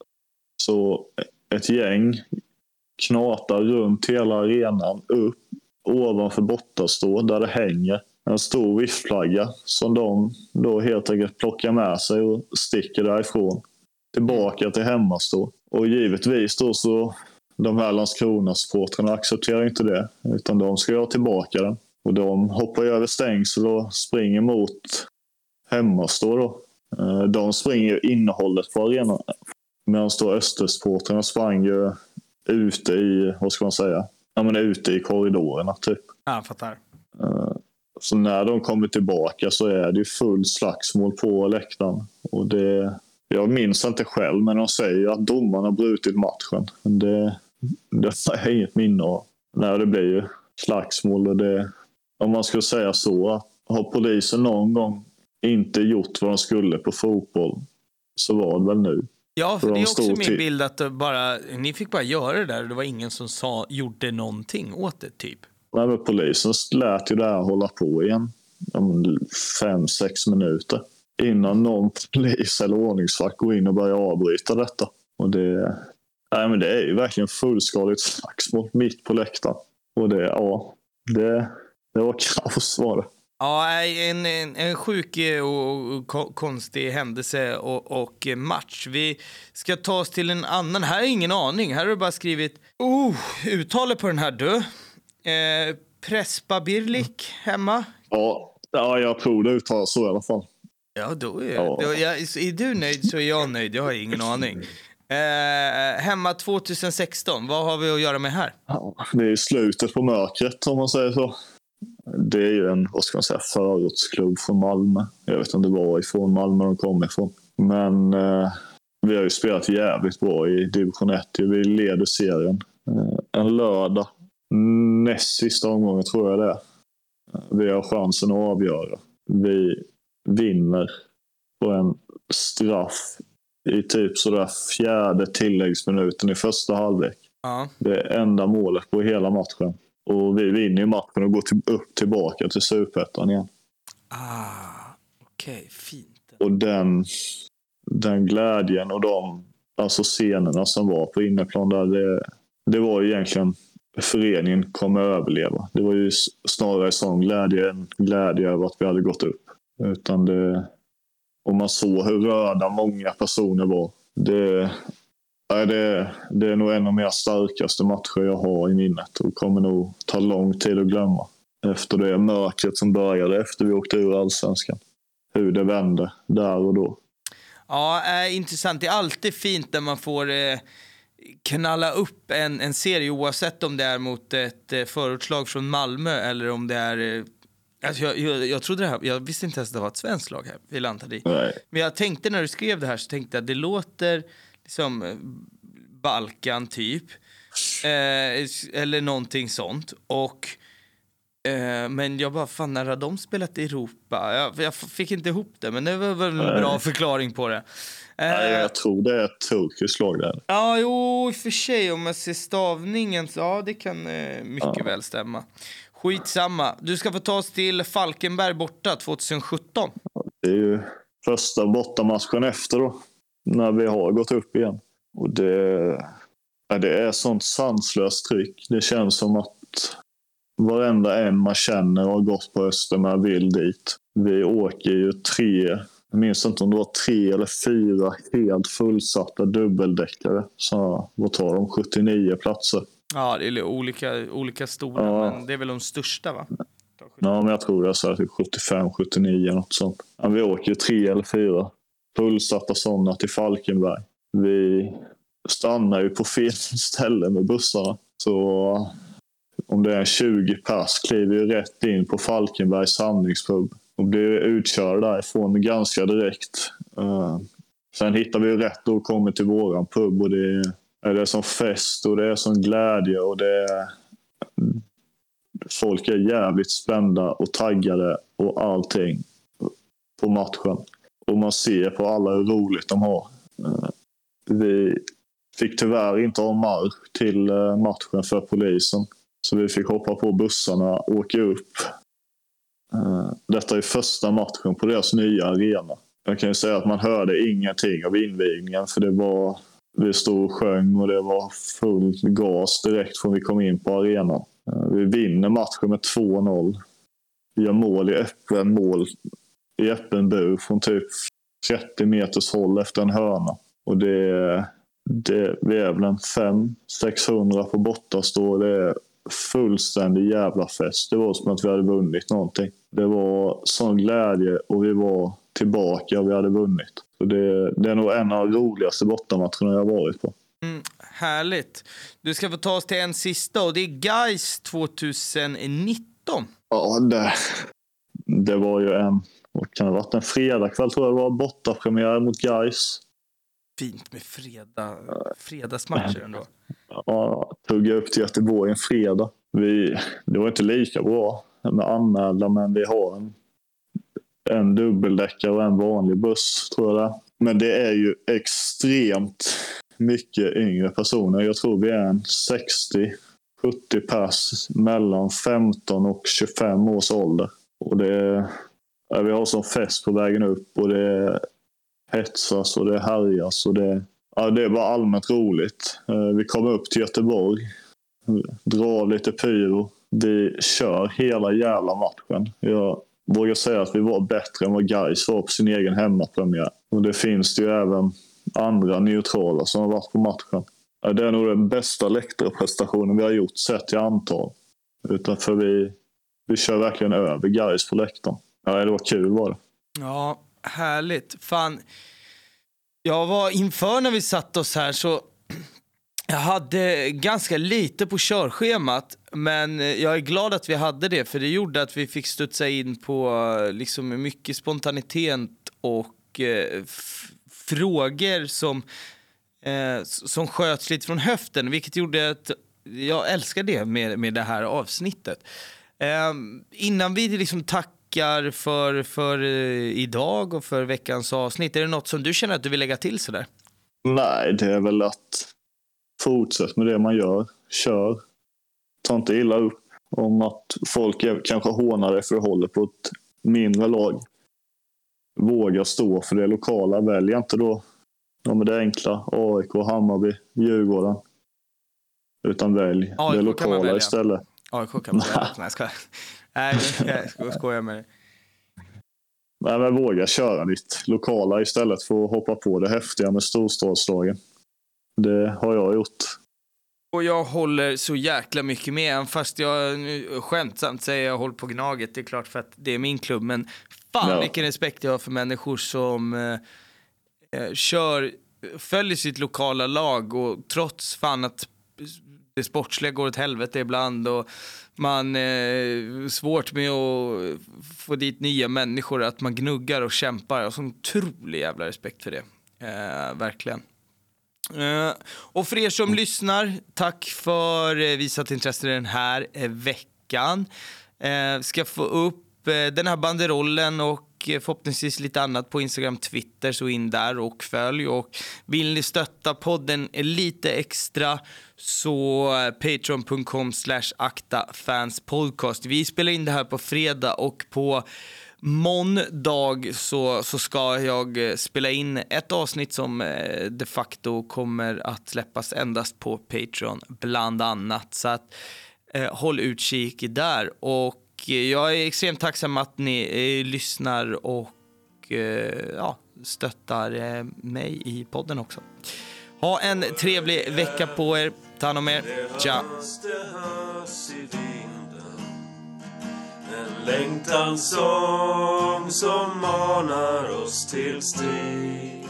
Så ett gäng knatar runt hela arenan upp ovanför bortastå där det hänger en stor viftflagga som de då helt enkelt plockar med sig och sticker därifrån tillbaka till hemmastå. Och givetvis då så de här Landskrona-supportrarna accepterar inte det utan de ska ha tillbaka den. Och de hoppar över stängsel och springer mot hemmastå då. De springer innehållet på arenan. Medan då östersportrarna sprang ju ute i, vad ska man säga? Ja, men ute i korridorerna typ. Ja, jag fattar. Så när de kommer tillbaka så är det ju full slagsmål på läktaren. Och jag minns inte själv, men de säger att domarna har brutit matchen. Men det har jag inget minne av. Nej, det blir ju slagsmål och om man skulle säga så, har polisen någon gång inte gjort vad de skulle på fotboll så var det väl nu. Ja, för det är också min bild att ni fick bara göra det där och det var ingen som gjorde någonting åt det typ. Nej, men polisen lät ju det här hålla på igen 5-6 minuter innan någon polis eller ordningsvakt går in och börjar avbryta detta. Och det är ju verkligen fullskaligt slagsmål mitt på läktaren. Och det var kaos var det. Ja, en sjuk och konstig händelse och match. Vi ska ta oss till en annan. Här är ingen aning. Här har du bara skrivit uttalet på den här Prespa Birlik hemma. Ja, jag tror det uttalas så i alla fall. Ja, då är du nöjd så är jag nöjd. Jag har ingen aning. Hemma 2016, vad har vi att göra med här? Ja, det är slutet på mörkret om man säger så. Det är ju en, vad ska man säga, förortsklubb från Malmö. Jag vet inte varifrån Malmö de kommer ifrån. Men vi har ju spelat jävligt bra i division 1. Vi leder serien. En lördag, näst sista omgången tror jag det är. Vi har chansen att avgöra. Vi vinner på en straff i typ sådär 4:e tilläggsminuten i första halvlek. Ja. Det är enda målet på hela matchen. Och vi vinner ju matchen och går upp tillbaka till Superettan igen. Okej, fint. Och den glädjen och de scenerna som var på inneplan där, det var ju egentligen föreningen kommer att överleva. Det var ju snarare sån glädje över att vi hade gått upp. Utan och man såg hur röda många personer var. Det är nog en av mina starkaste matcher jag har i minnet och kommer nog ta lång tid att glömma. Efter det mörkret som började efter vi åkte ur Allsvenskan. Hur det vände där och då. Ja, intressant. Det är alltid fint när man får knalla upp en serie oavsett om det är mot ett förortslag från Malmö eller om det är... Alltså jag trodde det här, jag visste inte ens att det var ett svenskt lag här i Lantadi. Men jag tänkte när du skrev det här så tänkte jag att det låter liksom Balkan typ. Eller någonting sånt. Och men jag bara, fan, när har de spelat i Europa? Jag fick inte ihop det, men det var väl en bra förklaring på det. Jag tror det är ett turkiskt lag där. Ja, jo, i och för sig, om man ser stavningen så ja, det kan mycket väl stämma. Skitsamma. Du ska få ta oss till Falkenberg borta 2017. Det är ju första bortamatchen efter då, när vi har gått upp igen. Och det är sånt sanslöst tryck. Det känns som att varenda en man känner har gått på Östermalm vill dit. Vi åker ju 3, jag minns inte om det var 3 eller 4 helt fullsatta dubbeldäckare. Så vad tar de? 79 platser. Ja, det är olika stora, men det är väl de största, va? Ja, men jag tror jag sa 75-79 något sånt. Ja, vi åker 3 eller 4 fullsatta sådana till Falkenberg. Vi stannar ju på fel ställe med bussarna. Så om det är 20 pass kliver vi rätt in på Falkenbergs samlingspub och blir utkörda därifrån ganska direkt. Sen hittar vi rätt och kommer till våran pub och det är som fest och det är som glädje och folk är jävligt spända och taggade och allting på matchen. Och man ser på alla hur roligt de har. Vi fick tyvärr inte ha marsch till matchen för polisen. Så vi fick hoppa på bussarna och åka upp. Detta är första matchen på deras nya arena. Jag kan ju säga att man hörde ingenting av invigningen för vi stod och sjöng och det var full gas direkt från vi kom in på arenan. Vi vinner matchen med 2-0. Vi gör mål i öppen bur från typ 30 meters håll efter en hörna. Och vi är väl en 500-600 på bortastå. Det är fullständig jävla fest. Det var som att vi hade vunnit någonting. Det var sån glädje och vi var tillbaka och vi hade vunnit. Så det är nog en av de roligaste bortamatcherna jag har varit på. Härligt. Du ska få ta oss till en sista och det är Gais 2019. Ja, det var ju vad kan det ha varit, en fredagkväll tror jag det var, bortapremiär mot Gais. Fint med fredagsmatcher ändå. Ja, tugga upp till Göteborg en fredag. Det var inte lika bra med anmälda, men vi har en dubbeldäckare och en vanlig buss tror jag det. Men det är ju extremt mycket yngre personer. Jag tror vi är en 60-70 pass mellan 15 och 25 års ålder. Och vi har sån fest på vägen upp och det hetsas och det härjas och det är bara allmänt roligt. Vi kommer upp till Göteborg, drar lite pyro. Vi kör hela jävla matchen. Jag vågar säga att vi var bättre än vad Gais var på sin egen hemmapremiär. Och det finns ju även andra neutrala som har varit på matchen. Det är nog den bästa läktarprestationen vi har gjort sett i antal. Utanför vi kör verkligen över Gais på läktaren. Ja, det var kul var det. Ja, härligt. Fan, jag var inför när vi satt oss här så jag hade ganska lite på körschemat, men jag är glad att vi hade det för det gjorde att vi fick studsa in på liksom mycket spontanitet och frågor som sköts lite från höften, vilket gjorde att jag älskar det med det här avsnittet. Innan vi liksom tackar för idag och för veckans avsnitt, är det något som du känner att du vill lägga till sådär? Nej, det är väl att fortsätta med det man gör. Kör. Ta inte illa upp om att folk kanske hånar det för att hålla på ett mindre lag. Våga stå för det lokala. Välj inte då med det enkla. AIK, Hammarby, Djurgården. Utan välj AIK det lokala istället. AIK kan man välja. Nej, jag skojar med dig. Nej, men våga köra ditt lokala istället för att hoppa på det häftiga med storstadslagen. Det har jag gjort. Och jag håller så jäkla mycket med, fast jag skämtsamt säger jag håller på Gnaget. Det är klart för att det är min klubb, men fan vilken respekt jag har för människor som kör följer sitt lokala lag, och trots fan att det sportsliga går åt helvete ibland och man svårt med att få dit nya människor, att man gnuggar och kämpar. Jag har sån otrolig jävla respekt för det. Verkligen. Och för er som lyssnar, tack för visat intresse den här veckan. Ska få upp den här banderollen och förhoppningsvis lite annat på Instagram, Twitter, så in där och följ. Och vill ni stötta podden lite extra, så patreon.com/aktafanspodcast. Vi spelar in det här på fredag, och på måndag så ska jag spela in ett avsnitt som de facto kommer att släppas endast på Patreon bland annat. Så att håll utkik där. Och jag är extremt tacksam att ni lyssnar och stöttar mig i podden också. Ha en trevlig vecka på er. Ta hand om er. Ciao. En längtansång som manar oss till strid.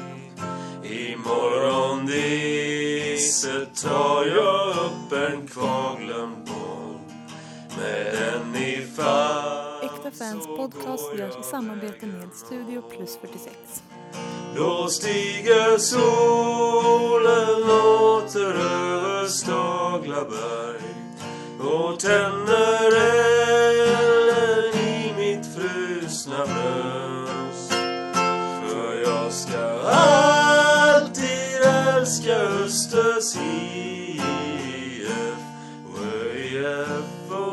Imorgon disset tar jag upp en kvarglömd boll med en i fall. Äkta Fans podcast görs i samarbete med Studio Plus 46. Då stiger solen åter över Staglaberg och tänder elden i mitt frusna bröst. För jag ska alltid älska Östers IF. Och ÖIF,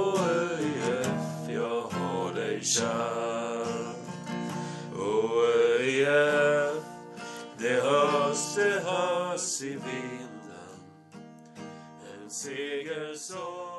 jag har dig kär. Och ÖIF, det hörs i vinden. En seger som